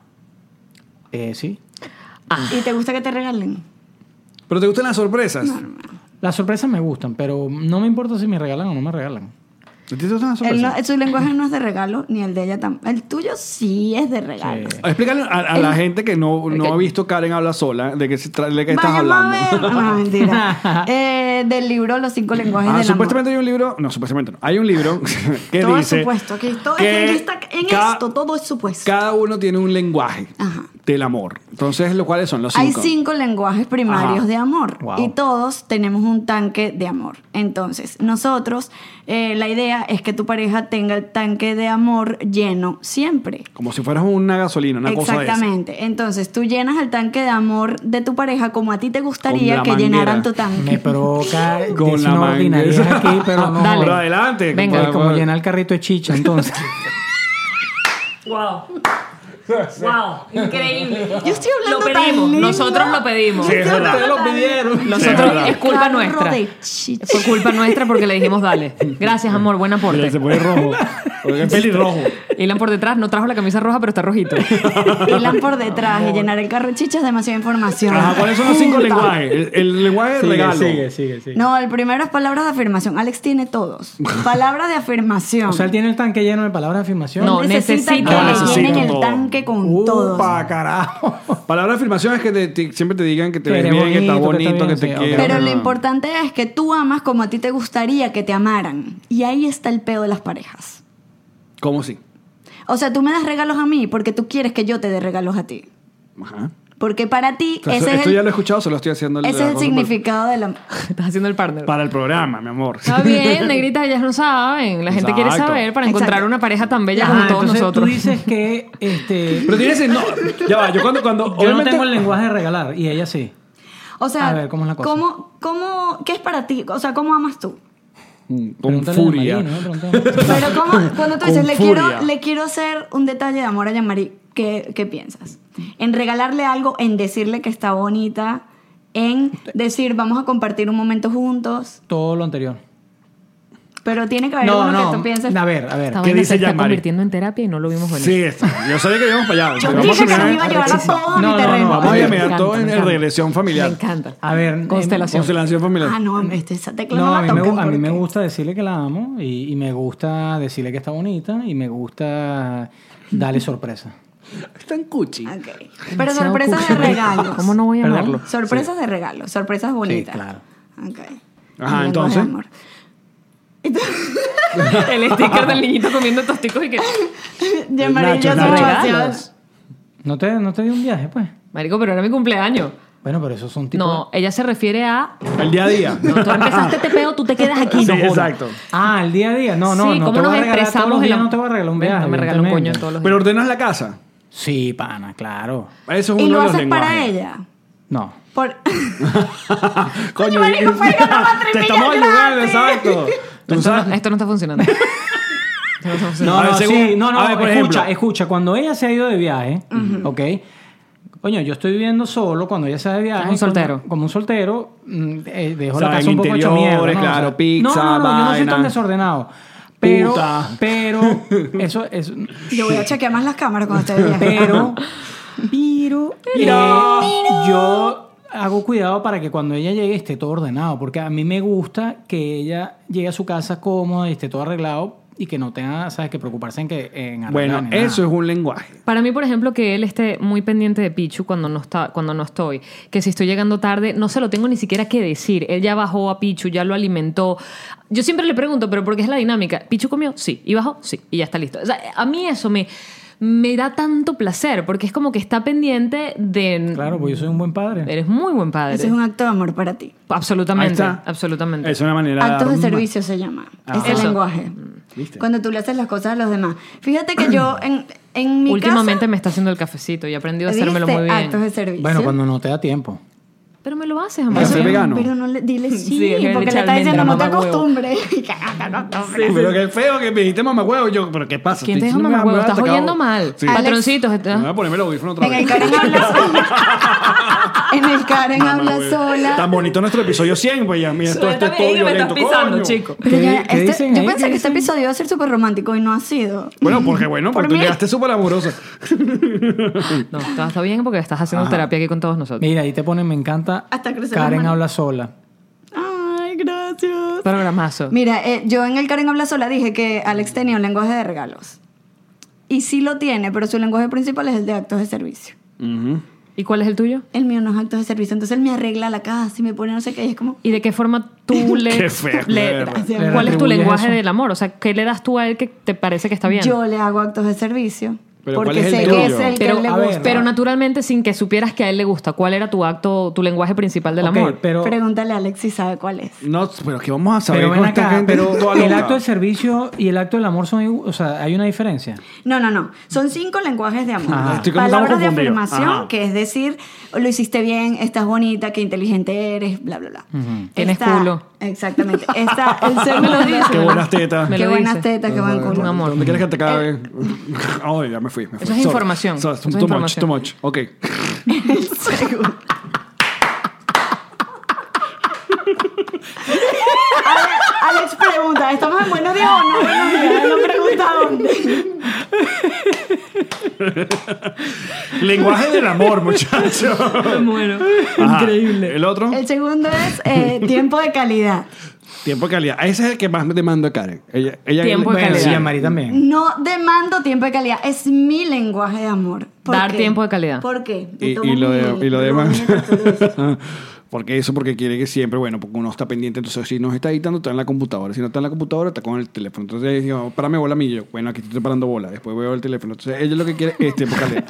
Sí. ¿Y te gusta que te regalen? ¿Pero te gustan las sorpresas? Las sorpresas me gustan, pero no me importa si me regalan o no me regalan. ¿A ti te gustan las Él sorpresas? su lenguaje no es de regalo, ni el de ella tampoco. El tuyo sí es de regalo. Sí. Explícale a la gente que no ha visto Karen habla sola, de qué estás Vayamos hablando. a ver. No, mentira. Del libro Los 5 lenguajes del amor. Supuestamente hay un libro, no, supuestamente no, hay un libro que Todo dice es supuesto. Aquí, que en esto todo es supuesto. cada uno tiene un lenguaje Ajá. del amor. Entonces, ¿cuáles son los Hay 5? 5 lenguajes primarios Ajá. de amor. Wow. Y todos tenemos un tanque de amor. Entonces, nosotros, la idea es que tu pareja tenga el tanque de amor lleno siempre. Como si fueras una gasolina, una cosa de esa. Exactamente. Entonces, tú llenas el tanque de amor de tu pareja como a ti te gustaría Con la que manguera. llenaran tu tanque. Me provoca Con decir la una ordinariedad manguera. aquí, pero no. Dale. Pero adelante. Venga, Es como llenar el carrito de chicha, entonces. Wow. Wow. Increíble. Yo estoy hablando Lo tan pedimos. lindo. Nosotros lo pedimos. Sí, es verdad. Ustedes lo pidieron. Nosotros, verdad. es culpa Carro nuestra. de chicha. Fue culpa nuestra porque le dijimos dale. Gracias, amor. Buen Mira, aporte. se pone rojo. Porque es pelirrojo. Ilan por detrás no trajo la camisa roja, pero está rojito. Hilan por detrás y llenar el carro de chicha es demasiada información. Ajá, ¿cuáles son los 5 Junta. lenguajes? El lenguaje de regalo. Sigue. No, el primero es palabras de afirmación. Alex tiene todos. Palabras de afirmación. O sea, él tiene el tanque lleno de palabras de afirmación. No, Él necesita necesita. que Ah, le necesito llenen el todo. tanque con todos. ¡Upa, carajo! Palabra de afirmación es que siempre te digan que te Que ves eres bien, que estás bonito, bonito, que que está te bien, sí, quieren. Pero lo No. importante es que tú amas como a ti te gustaría que te amaran. Y ahí está el peo de las parejas. ¿Cómo sí? O sea, tú me das regalos a mí porque tú quieres que yo te dé regalos a ti. Ajá. Porque para ti O sea, ese esto es ya el, lo he escuchado, se lo estoy haciendo. ese es el significado de la... Estás haciendo el partner. Para el programa, mi amor. Está bien, negritas, ellas no saben. La gente quiere Exacto. saber para Exacto. encontrar una pareja tan bella Ah, como todos entonces nosotros. tú dices que Pero tienes no, ya va, yo cuando yo no obviamente- tengo el lenguaje de regalar y ella sí. O sea, A ver, ¿cómo es la cosa? ¿qué es para ti? O sea, ¿cómo amas tú? con Pregúntale a furia. María, ¿no? Pregúntale. Pero cuando tú dices, Con le furia. quiero hacer un detalle de amor a Jean-Marie, ¿qué piensas? En regalarle algo, en decirle que está bonita, en decir, vamos a compartir un momento juntos, Todo lo anterior. pero tiene que haber No, uno no. que tú pienses... A ver. Esta ¿Qué vaina dice se está Jean-Marie? convirtiendo en terapia y no lo vimos venir. Sí, yo sabía que íbamos para allá. Yo Vamos dije que a nos mirar- iba a llevar a todos a mi No, terreno. Vamos a Me mirar encanta, todo me en encanta. regresión Me familiar. encanta. A ver. Constelación. Constelación familiar. Ah, no, esa tecla No, no, a la mí, toquen a mí me porque- gusta decirle que la amo y me gusta decirle que está bonita y me gusta darle sorpresa. Es tan cuchi. Ok. Pero Demasiado sorpresas de cuchi. regalos. ¿Cómo no voy a ¿Perdón? amarlo? Sorpresas de regalos, sorpresas bonitas. claro. Ok. Ajá, El entonces. lenguaje de amor. El sticker del niñito comiendo tosticos y que... Jean-Marie, Nacho, yo soy Nacho. demasiado- Regalos. ¿No te di un viaje, pues? Marico, pero era mi cumpleaños. Bueno, pero esos son tipos... No, ella se refiere a... El día a día. No, tú empezaste este peo, tú te quedas aquí. Sí, no jodas. exacto. Ah, el día a día. No, Sí, no ¿cómo te nos voy a regalar todos expresamos los el días, am- no te voy a regalar un viaje. No me regala un coño evidentemente. todos los días. Pero ordenas la casa. Sí, pana, claro. Eso es Y uno lo de los haces para lenguajes. ella. No. Por... Coño, marico, fue que no va a te estamos terminar ayudando, gratis. exacto. Tú Esto sabes. no está funcionando. No, A ver, no, según- sí, no, a ver, por ejemplo. escucha. Cuando ella se ha ido de viaje, ¿ok? Coño, yo estoy viviendo solo cuando ella se va de viaje. Como un soltero. Como un soltero, dejo O sea, la casa en un poco hecho mierda. interiores, ¿no? claro, O sea, pizza, no, yo no soy vaina. tan desordenado. Pero, Puta. pero, eso, Yo voy a chequear más las cámaras cuando esté de viaje. pero, yo hago cuidado para que cuando ella llegue esté todo ordenado, porque a mí me gusta que ella llegue a su casa cómoda y esté todo arreglado y que no tenga, ¿sabes?, que preocuparse en arreglar Bueno, ni nada. eso es un lenguaje. Para mí, por ejemplo, que él esté muy pendiente de Pichu cuando no estoy, que si estoy llegando tarde, no se lo tengo ni siquiera que decir. Él ya bajó a Pichu, ya lo alimentó. Yo siempre le pregunto, ¿pero por qué es la dinámica? ¿Pichu comió? Sí. ¿Y bajó? Sí. Y ya está listo. O sea, a mí eso me da tanto placer, porque es como que está pendiente de... Claro, pues yo soy un buen padre. Eres muy buen padre. Ese es un acto de amor para ti. Absolutamente, Ahí está. absolutamente. Es una manera Actos de dar- servicio se llama. Ese Eso. lenguaje. ¿Viste? Cuando tú le haces las cosas a los demás. Fíjate que yo en mi Últimamente casa... me está haciendo el cafecito y he aprendido a hacérmelo ¿viste? muy bien. Actos de servicio. Bueno, cuando no te da tiempo. Pero me lo haces, ¿Vas a amor. ser vegano? Pero no le dile sí, Sí, es que le porque echa le está diciendo no te almendra, acostumbres. Pero qué feo que me dijiste mamahuevo. Yo, ¿pero qué pasa? ¿Quién te Estoy dijo diciendo mamahuevo? me Estás atacado. oyendo mal. Sí. Alex- Patroncitos. Me voy a ponerme el audífono otra En vez. el Karen habla sola. En el Karen habla Tan sola. bonito nuestro episodio 100, pues ya, mira, todo este todo violento, coño. chico. Pero ya, ¿Qué dicen yo ahí? pensé ¿Qué que este dicen? episodio iba a ser súper romántico y no ha sido. Bueno, porque Por tú mí. llegaste súper amorosa. No, está bien porque estás haciendo terapia aquí con todos nosotros. Mira, ahí te ponen, me encanta. Hasta crecer las Karen manos. habla sola. Ay, gracias. Programazo. Mira, yo en el Karen habla sola dije que Alex tenía un lenguaje de regalos. Y sí lo tiene, pero su lenguaje principal es el de actos de servicio. ¿Y cuál es el tuyo? El mío no es actos de servicio. Entonces él me arregla la casa y me pone no sé qué. Y es como... ¿Y de qué forma tú le... Qué feo, de verdad. ¿Cuál es tu retribuyes lenguaje eso? del amor? O sea, ¿qué le das tú a él que te parece que está bien? Yo le hago actos de servicio. Pero ¿cuál porque es el sé tuyo? que es el que Pero, a él le a ver, gusta. Pero naturalmente sin que supieras que a él le gusta. ¿Cuál era tu acto, tu lenguaje principal del Ok, amor? pero, Pregúntale a Alex si sabe cuál es. No, pero que vamos a saber pero ven con esta acá, gente pero toda el loca. acto del servicio y el acto del amor son, o sea, hay una diferencia. No. Son 5 lenguajes de amor. Ajá. Estoy como Palabras de confundido. afirmación, Ajá. que es decir, lo hiciste bien, estás bonita, qué inteligente eres, bla, bla, bla. Tienes culo. Exactamente. Está el segundo. Me lo dice. Qué buenas tetas. Me Qué lo buenas dice. tetas, qué buen culo. Un amor. ¿Dónde quieres que te cabe? Ay, ya me fui. Eso es información. So, Eso es too much, información. too much. Ok. El segundo. Alex pregunta, ¿estamos en Buenos Días o no? Buenos Días, él no pregunta dónde. Lenguaje del amor, muchacho. Bueno. Increíble. ¿El otro? El segundo es tiempo de calidad. Tiempo de calidad. Ese es el que más me demanda Karen. Ella Tiempo de Bueno, calidad. sí, a Mari también. No demando tiempo de calidad, es mi lenguaje de amor. ¿Por Dar qué? tiempo de calidad. ¿Por qué? Y lo demás. Porque eso, porque quiere que siempre, bueno, porque uno está pendiente, entonces si nos está editando, está en la computadora. Si no está en la computadora, está con el teléfono. Entonces, digo, párame bola a mí. Yo, bueno, aquí estoy parando bola. Después veo el teléfono. Entonces, ella lo que quiere es tiempo de calidad.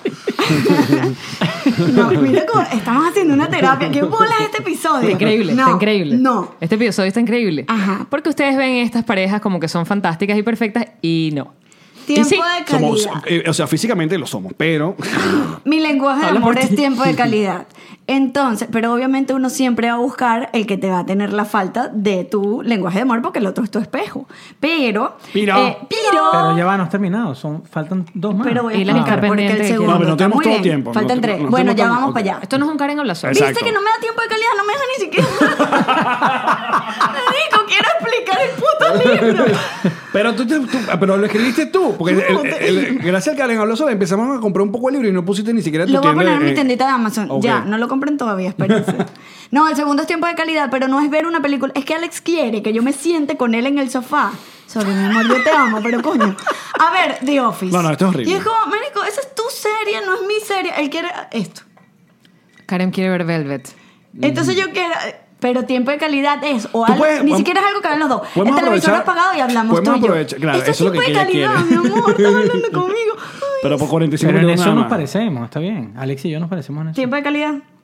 No, mira cómo estamos haciendo una terapia. ¿Qué bola es este episodio? Está increíble, No, está increíble. No. Este episodio está increíble. Ajá. Porque ustedes ven estas parejas como que son fantásticas y perfectas y no. Tiempo sí, de Somos, calidad. o sea, físicamente lo somos, pero Mi lenguaje de Habla amor por es ti. tiempo de calidad. Entonces, pero obviamente uno siempre va a buscar el que te va a tener la falta de tu lenguaje de amor porque el otro es tu espejo. Pero... Piro. Pero ya va, no has terminado. Faltan 2 más. Pero voy a Y la explicar mitad porque pendiente el que segundo No, pero no está tenemos muy todo bien. tiempo. Faltan No, 3. no Bueno, tenemos ya tan- vamos ok. para allá. Esto no es un Karen habla sola. Exacto. ¿Viste que no me da tiempo de calidad? No me deja ni siquiera... Nico, quiero explicar el puto libro. pero pero lo escribiste tú. Porque gracias al Karen habló sola, empezamos a comprar un poco el libro y no pusiste ni siquiera tu Lo voy a tienda poner en de- mi tiendita de Amazon. Ok. Ya, no lo compren todavía, espérense. No, el segundo es tiempo de calidad, pero no es ver una película. Es que Alex quiere que yo me siente con él en el sofá. Sorry, mi amor, yo te amo, pero coño. A ver, The Office. No, esto es horrible. Y es como, marico, esa es tu serie, no es mi serie. Él quiere esto. Karen quiere ver Velvet. Entonces yo quiero... Pero tiempo de calidad es o Tú algo, puedes- ni vamos- siquiera es algo que ven los dos. El podemos televisor aprovechar- apagado y hablamos tú podemos y yo. aprovechar- claro, Esto eso es lo que tiempo de ella calidad, quiere. mi amor, estás hablando conmigo. Ay, Pero por 45 Pero en minutos eso nada nos más. parecemos, está bien. Alex y yo nos parecemos en eso. tiempo de calidad.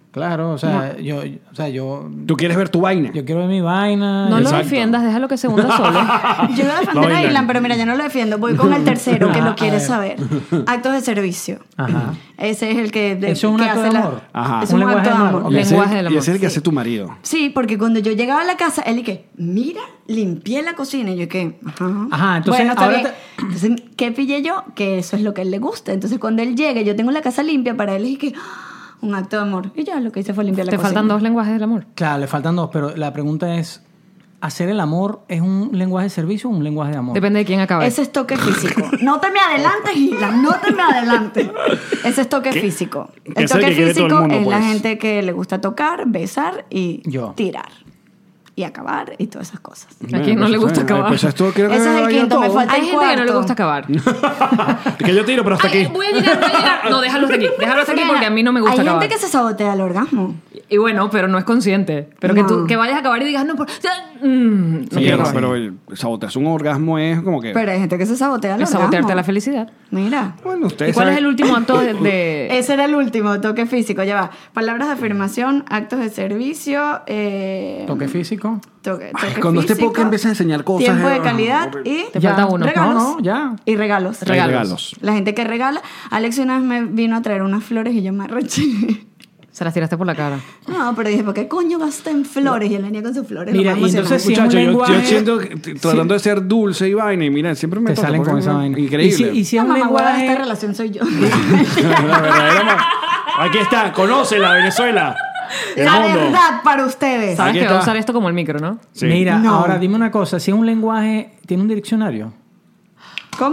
Claro, o sea, yo Tú quieres ver tu vaina. quiero ver mi vaina. No lo Exacto. defiendas, déjalo que se hunda solo. Yo iba a defender a Ilan, pero mira, ya no lo defiendo. Voy con el tercero, que lo quiere saber. Actos de servicio. Ajá. Ese es el que... ¿Eso es un que acto hace de amor? Ajá. Es ¿Un un lenguaje acto de de amor? amor. Y ese es Lenguaje el- del y amor. ese es el que hace tu marido. Sí, porque cuando yo llegaba a la casa, él y que, mira, limpié la cocina. Y yo que, Ajá, entonces, bueno, está ahora bien. Entonces, ¿qué pillé yo? Que eso es lo que a él le gusta. Entonces, cuando él llega, yo tengo la casa limpia, para él es que, un acto de amor. Y ya lo que hice fue limpiar la Te cocina. faltan 2 lenguajes del amor. Claro, le faltan 2, pero la pregunta es, ¿hacer el amor es un lenguaje de servicio o un lenguaje de amor? Depende de quién acabe. Ese es toque físico. No te me adelantes, Ilan, no te me adelantes. Ese es toque físico. Ese El es el toque que quiere todo el físico mundo, es la pues. gente que le gusta tocar, besar y Yo. tirar. Y acabar y todas esas cosas. ¿A quién no le gusta acabar? Pues esto quiero que Ese es el vaya quinto, me todo. falta Hay el gente que no le cuarto. gusta acabar. Que yo tiro, pero hasta Ay, aquí. voy a llegar. No, déjalo hasta aquí. Déjalo hasta aquí porque a mí no me gusta Hay acabar. gente que se sabotea el orgasmo. Y bueno, pero no es consciente. Pero No. que tú que vayas a acabar y digas, no, no Sí, quiero. pero el sabotearse un orgasmo es como que... Pero hay gente que se sabotea el Es orgasmo. sabotearte la felicidad. Mira. Bueno, ¿Y ustedes cuál es saben- el último acto de... Ese era el último, toque físico. Ya va. Palabras de afirmación, actos de servicio. ¿Toque físico? Toque Cuando este físico, podcast empieza a enseñar cosas... Tiempo de es- calidad y Te falta uno. regalos. No, ya. Y regalos. Regalos. La gente que regala. Alex una vez me vino a traer unas flores y yo me arreché. Se las tiraste por la cara. No, pero dije, ¿por qué coño gasté en flores? Y él venía con sus flores. Mira, lo más y entonces emocionante. si es un Muchachos, yo lenguaje- siento que tratando de ser dulce y vaina y mira, siempre me Te toca, salen porque con esa vaina. Increíble. Y si es La un mamagüeva de esta lenguaje... relación soy yo. La verdadera Aquí está, conócela, Venezuela. El La mundo. verdad para ustedes. Sabes Aquí que va a está. usar esto como el micro, ¿no? Sí. Mira, No. ahora dime una cosa. Si es un lenguaje, ¿tiene un diccionario? ¿Cómo?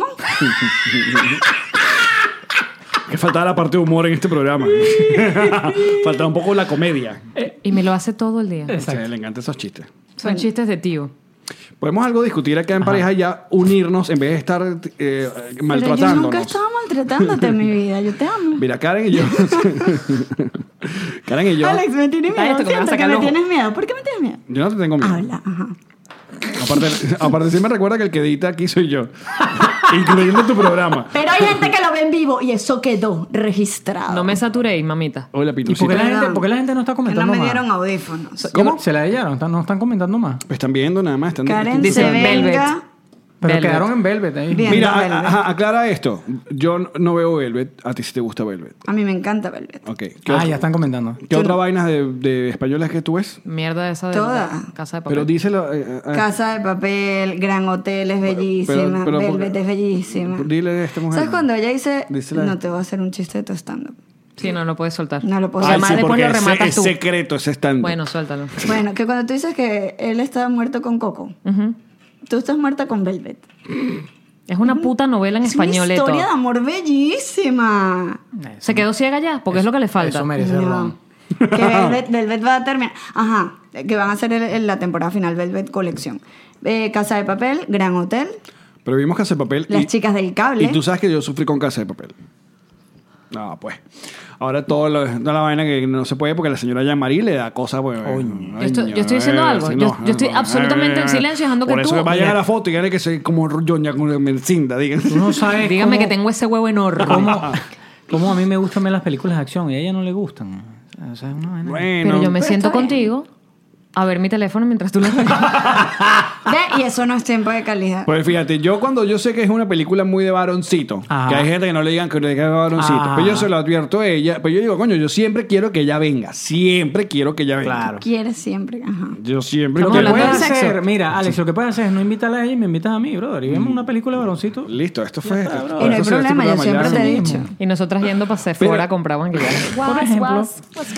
Que faltaba la parte de humor en este programa. Faltaba un poco la comedia. Y me lo hace todo el día. Sí, le encantan esos chistes. Son chistes de tío. Podemos algo discutir acá en pareja ya, unirnos en vez de estar Pero yo maltratándonos. nunca estaba maltratándote en mi vida. Yo te amo. Mira, Karen y yo. Karen y yo. Alex, me tienes miedo. Cállate, que me vas a Siempre sacar que el me ojo. tienes miedo. ¿Por qué me tienes miedo? Yo no te tengo miedo. Habla, ajá. Aparte sí me recuerda que el que edita aquí soy yo. Incluyendo tu programa. Pero hay gente que lo ve en vivo y eso quedó registrado. No me saturéis, mamita. Hola, ¿Y por Pinucita. qué la Perdón. gente, por qué la gente no está Que no comentando me más? dieron audífonos. ¿Cómo? Se la hallaron, no están comentando más. Están viendo nada más. Están Karen Dice se Velvet. venga. Pero Velvet. quedaron en Velvet ahí. Bien. Mira, Velvet. ajá, aclara esto. Yo no veo Velvet. A ti sí te gusta Velvet. A mí me encanta Velvet. Ok. Ya están comentando. ¿Qué otra vaina de españolas que tú ves? Mierda esa de Toda. la casa de papel. Pero díselo. Casa de Papel, Gran Hotel es bellísima. pero- Velvet es bellísima. Dile a esta mujer. ¿Sabes cuando ella dice, Dísela. no te voy a hacer un chiste de tu stand-up? Sí, no lo puedes soltar. No lo puedo Ay, Además, sí, después porque lo rematas es tú. secreto ese stand. Bueno, suéltalo. Bueno, que cuando tú dices que él está muerto con Coco, Ujú. tú estás muerta con Velvet. Es una puta novela en Es una español. historia de amor bellísima. Se quedó ciega ya, porque es lo que le falta. Eso merece No. ron. Que Velvet va a terminar. Ajá, que van a hacer la temporada final, Velvet Colección. Casa de Papel, Gran Hotel, Pero vimos Casa de Papel. Las chicas del cable. Y tú sabes que yo sufrí con Casa de Papel. No, pues. Ahora toda la vaina que no se puede porque la señora Jean-Marie le da cosas. Pues, Yo estoy diciendo algo. Yo estoy absolutamente en silencio, dejando que por tú- eso vayan a la foto y díganle que soy como Yoña con Mercinda. Digan. Tú no sabes Dígame cómo- que tengo ese huevo enorme. cómo a mí me gustan ver las películas de acción y a ella no le gustan. O sea, es una vaina. Bueno, Pero yo me pero siento está bien. contigo a ver mi teléfono mientras tú lo ves. Ve, y eso no es tiempo de calidad. Pues fíjate, cuando yo sé que es una película muy de varoncito, Ajá. que hay gente que no le digan que es varoncito, Ajá. pero yo se lo advierto a ella, pero yo digo, coño, yo siempre quiero que ella venga, siempre quiero que ella venga. Claro. Quieres siempre. Ajá. Yo siempre Estamos Lo que hablando puedes de sexo. hacer, mira, Alex, lo que puedes hacer es no invitarla a ella y me invitas a mí, brother. Y vemos una película de varoncito. Listo, esto fue. está, bro. Y no hay esto se- este problema, yo programa siempre ya- te he mismo. dicho. Y nosotras yendo para Sephora a comprar maquillaje. Por ejemplo.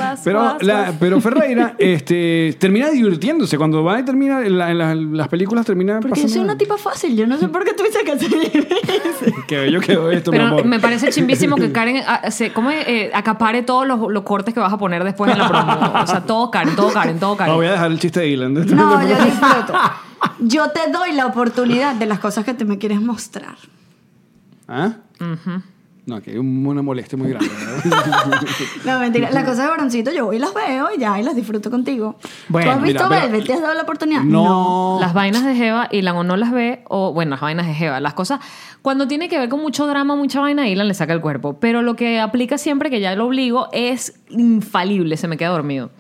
Pero Ferreira termina divirtiéndose. Cuando va y termina, las películas terminan Porque yo soy una tipa fácil, yo no sé por qué tú dices que hacer. Qué bello quedó esto, mi Pero amor. me parece chimbísimo que Karen acapare todos los cortes que vas a poner después en la promo. O sea, todo Karen, todo Karen, todo No, Karen. voy a dejar el chiste de Ilan. No, yo disfruto. Yo te doy la oportunidad de las cosas que te me quieres mostrar. ¿Ah? No, que hay una molestia muy grande. No, mentira. Las cosas de varoncito yo voy y las veo y ya, y las disfruto contigo. Bueno, ¿Tú has visto mira, Velvet? ¿Te has dado la oportunidad? No. Las vainas de Jeva, Ilan o no las ve, o bueno, las vainas de Jeva, las cosas, cuando tiene que ver con mucho drama, mucha vaina, Ilan le saca el cuerpo. Pero lo que aplica siempre, que ya lo obligo, es infalible, se me queda dormido.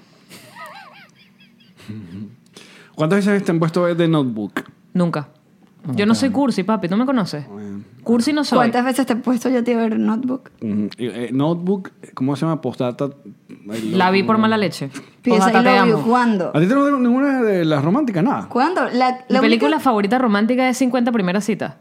¿Cuántas veces te han puesto a ver The Notebook? Nunca. Yo no soy cursi, papi, ¿tú me conoces? Cursi no soy. ¿Cuántas veces te he puesto yo a ti a ver Notebook? Notebook, ¿cómo se llama? Postdata. La vi por mala leche. Piensa Postdata, y te lo amo. vio. ¿Cuándo? ¿A ti te no tengo ninguna de las románticas? Nada. ¿Cuándo? Mi película favorita romántica es 50 primeras citas.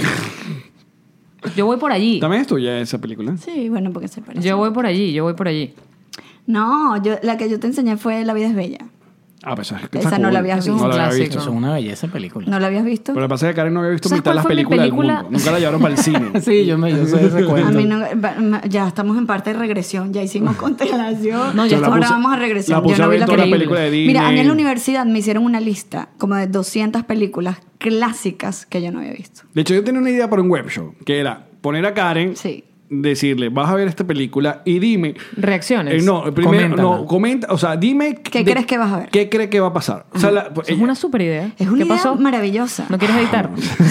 Yo voy por allí. También es tuya esa película. Sí, bueno, porque se parece. Yo voy por allí. No, la que yo te enseñé fue La vida es bella. Ah, pues es que Esa está no cool. la habías No visto. la había Clásico. visto. Eso es una belleza de película. ¿No la habías visto? Pero lo que pasa es que Karen no había visto ¿Sabes mitad de cuál las fue mi películas del película? mundo. Nunca la llevaron para el cine. Sí, yo sé ese A cuento. mí no, ya estamos en parte de regresión, ya hicimos constelación. No, ya Yo la ahora puse- vamos a regresión. la puse Yo a no ver vi la todas las película. películas de Disney. Mira, a mí en la universidad me hicieron una lista como de 200 películas clásicas que yo no había visto. De hecho, yo tenía una idea para un web show, que era poner a Karen, Sí. decirle, vas a ver esta película y dime... Reacciones. no, primero, Coméntala. no, comenta, o sea, dime... ¿Qué crees que vas a ver? ¿Qué crees que va a pasar? O sea, Eso es una super idea. Es una ¿Qué idea pasó? maravillosa. ¿No quieres editar?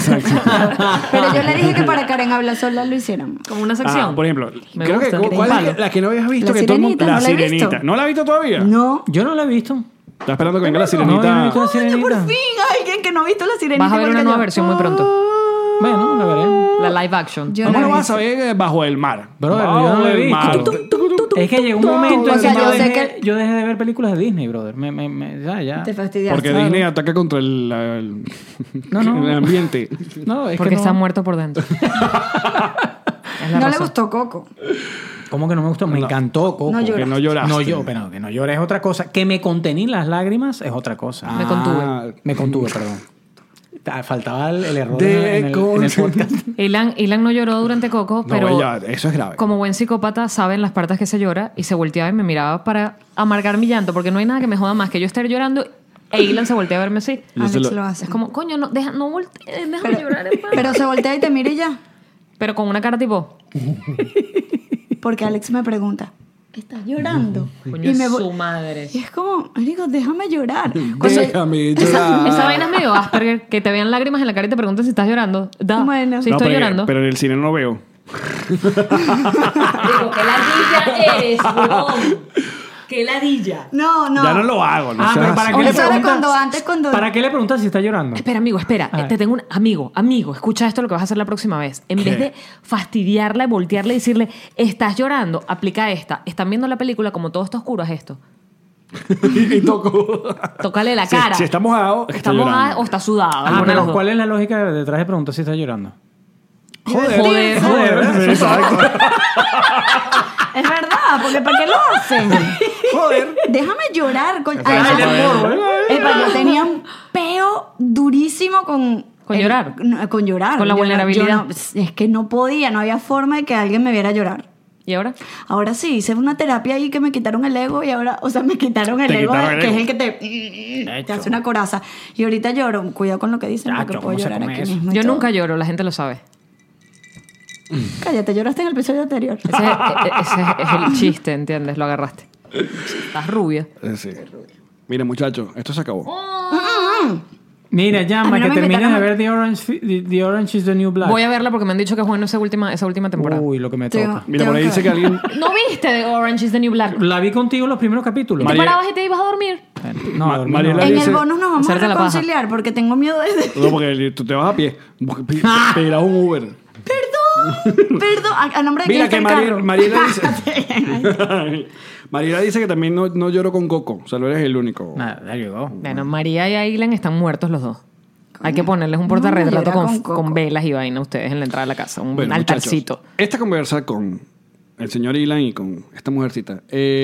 Pero yo le dije que para Karen habla sola lo hicieron. Como una sección. por ejemplo, Me creo gusta, que te ¿cuál es impalo. la que no habías visto? La que todo el mundo, Sirenita, la ¿no la he Sirenita. visto? ¿No la has visto todavía? No. Yo no la he visto. Estás esperando que venga la No, yo no he Sirenita. visto la Oye, por Sirenita. fin alguien que no ha visto la sirenita. Vas a ver igual una que nueva yo. versión muy pronto. Bueno, la veré. La live action. Yo ¿Cómo no lo he vas a visto. ver bajo el mar? Brother, Bajo yo no la he el visto. mar. Es que llegó un momento O en sea, que yo sé que- yo dejé de ver películas de Disney, brother. Ya. Te fastidiaste. Porque Claro. Disney ataca contra el No, no. el ambiente. No, es Porque que no. está muerto por dentro. Es la No le razón. gustó Coco. ¿Cómo que no me gustó? Me encantó Coco. No lloraste. Que no lloraste. No, pero que no lloré es otra cosa. Que me contení las lágrimas es otra cosa. Me contuve. Me contuve, perdón. Faltaba el error De en el podcast. Ilan no lloró durante Coco, pero No, ya, eso es grave. como buen psicópata sabe en las partes que se llora y se volteaba y me miraba para amargar mi llanto, porque no hay nada que me joda más que yo estar llorando e Ilan se voltea a verme así. Yo se Alex lo- lo hace. Es como, coño, no voltees, déjame llorar en paz. Pero se voltea y te mira y ya. Pero con una cara tipo, Porque Alex me pregunta, ¿estás llorando? coño, Y me su vo- madre. Y es como, digo, déjame llorar. Déjame Esa llorar. vaina es medio Asperger, que te vean lágrimas en la cara y te preguntan si estás llorando. Da. Bueno. Sí, No, estoy pero, llorando. pero en el cine no veo. Digo, qué ladilla eres, huevón. Qué ladilla. No. Ya no lo hago. No Ah, seas pero ¿para así. qué le Eso era preguntas? cuando- ¿Para qué le preguntas si está llorando? Espera, amigo, espera. A ver. Te tengo un amigo, escucha esto lo que vas a hacer la próxima vez. En ¿Qué? vez de fastidiarla y voltearle y decirle, estás llorando, aplica esta. Están viendo la película como todo está oscuro, es esto. y toco. Tócale la Si- cara. Si está mojado, está Está mojada llorando. o está sudada. Ah, alguna de las pero dos. ¿cuál es la lógica detrás de preguntar si está llorando? Joder. Joder, exacto. Es verdad, porque ¿para qué lo hacen? Joder. Déjame llorar. Ay, amor. Yo tenía un peo durísimo con llorar. Con llorar. Con la Yo no- vulnerabilidad. yo no- es que no podía, no había forma de que alguien me viera llorar. ¿Y ahora? Ahora sí, hice una terapia ahí que me quitaron el ego y ahora, o sea, me quitaron el Te ego, quitaron el que ego. es el que te hace una coraza. Y ahorita lloro, cuidado con lo que dicen, Chacho, porque ¿cómo puedo se llorar come aquí eso? mismo. y Yo todo. nunca lloro, la gente lo sabe. Cállate, lloraste en el episodio anterior. Ese es el chiste, ¿entiendes? Lo agarraste. Estás rubia. Sí. Mira, muchachos, esto se acabó. Mira, A llama, mí no que me termines de invitaron. ver The Orange is the New Black. Voy a verla porque me han dicho que es bueno esa última temporada. Uy, lo que me Te- toca. Mira, Tengo por ahí que dice que ver. alguien... ¿No viste The Orange is the New Black? La vi contigo los primeros capítulos. ¿Te María- parabas y te ibas a dormir? No, a dormir Mariela no. En dice- el bonus nos vamos a Hacerte la paja. reconciliar porque tengo miedo de... No, porque tú te vas a pie. Pedirás un Uber. Perdón, a nombre de Mira quién que está el carro. Mariela dice... Mariela dice que también no lloro con Coco. O sea, no eres el único. Nada, ya llegó. Bueno, María y Aileen están muertos los dos. Hay que ponerles un portarretrato llora con, con Coco. con velas y vaina a ustedes en la entrada de la casa. Un Bueno, altarcito. muchachos, esta conversa con el señor Ilan y con esta mujercita.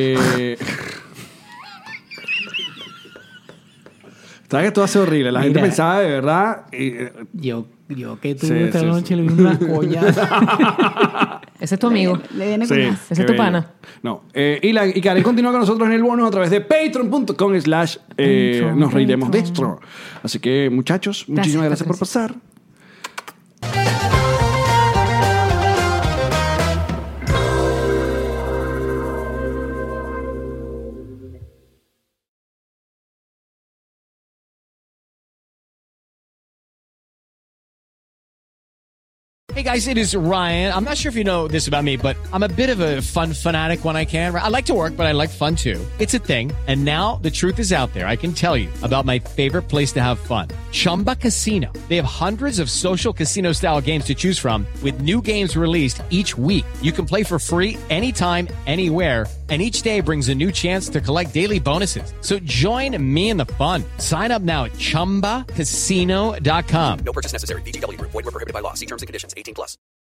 Sabes que esto hace horrible. La gente Mira. pensaba de verdad. Yo que tú Sí, esta sí, noche sí. le vi unas collas. Ese es tu amigo. Le viene Sí, con más. Ese qué es tu bello. pana. No. Y Karen continúa con nosotros en el bonus a través de patreon.com/ nos reiremos de esto. Así que, muchachos, muchísimas gracias por pasar. Hey guys, it is Ryan. I'm not sure if you know this about me, but I'm a bit of a fun fanatic when I can. I like to work, but I like fun too. It's a thing. And now the truth is out there. I can tell you about my favorite place to have fun. Chumba Casino. They have hundreds of social casino style games to choose from with new games released each week. You can play for free anytime, anywhere. And each day brings a new chance to collect daily bonuses. So join me in the fun. Sign up now at ChumbaCasino.com. No purchase necessary. VGW Group. Void where prohibited by law. See terms and conditions. 18+.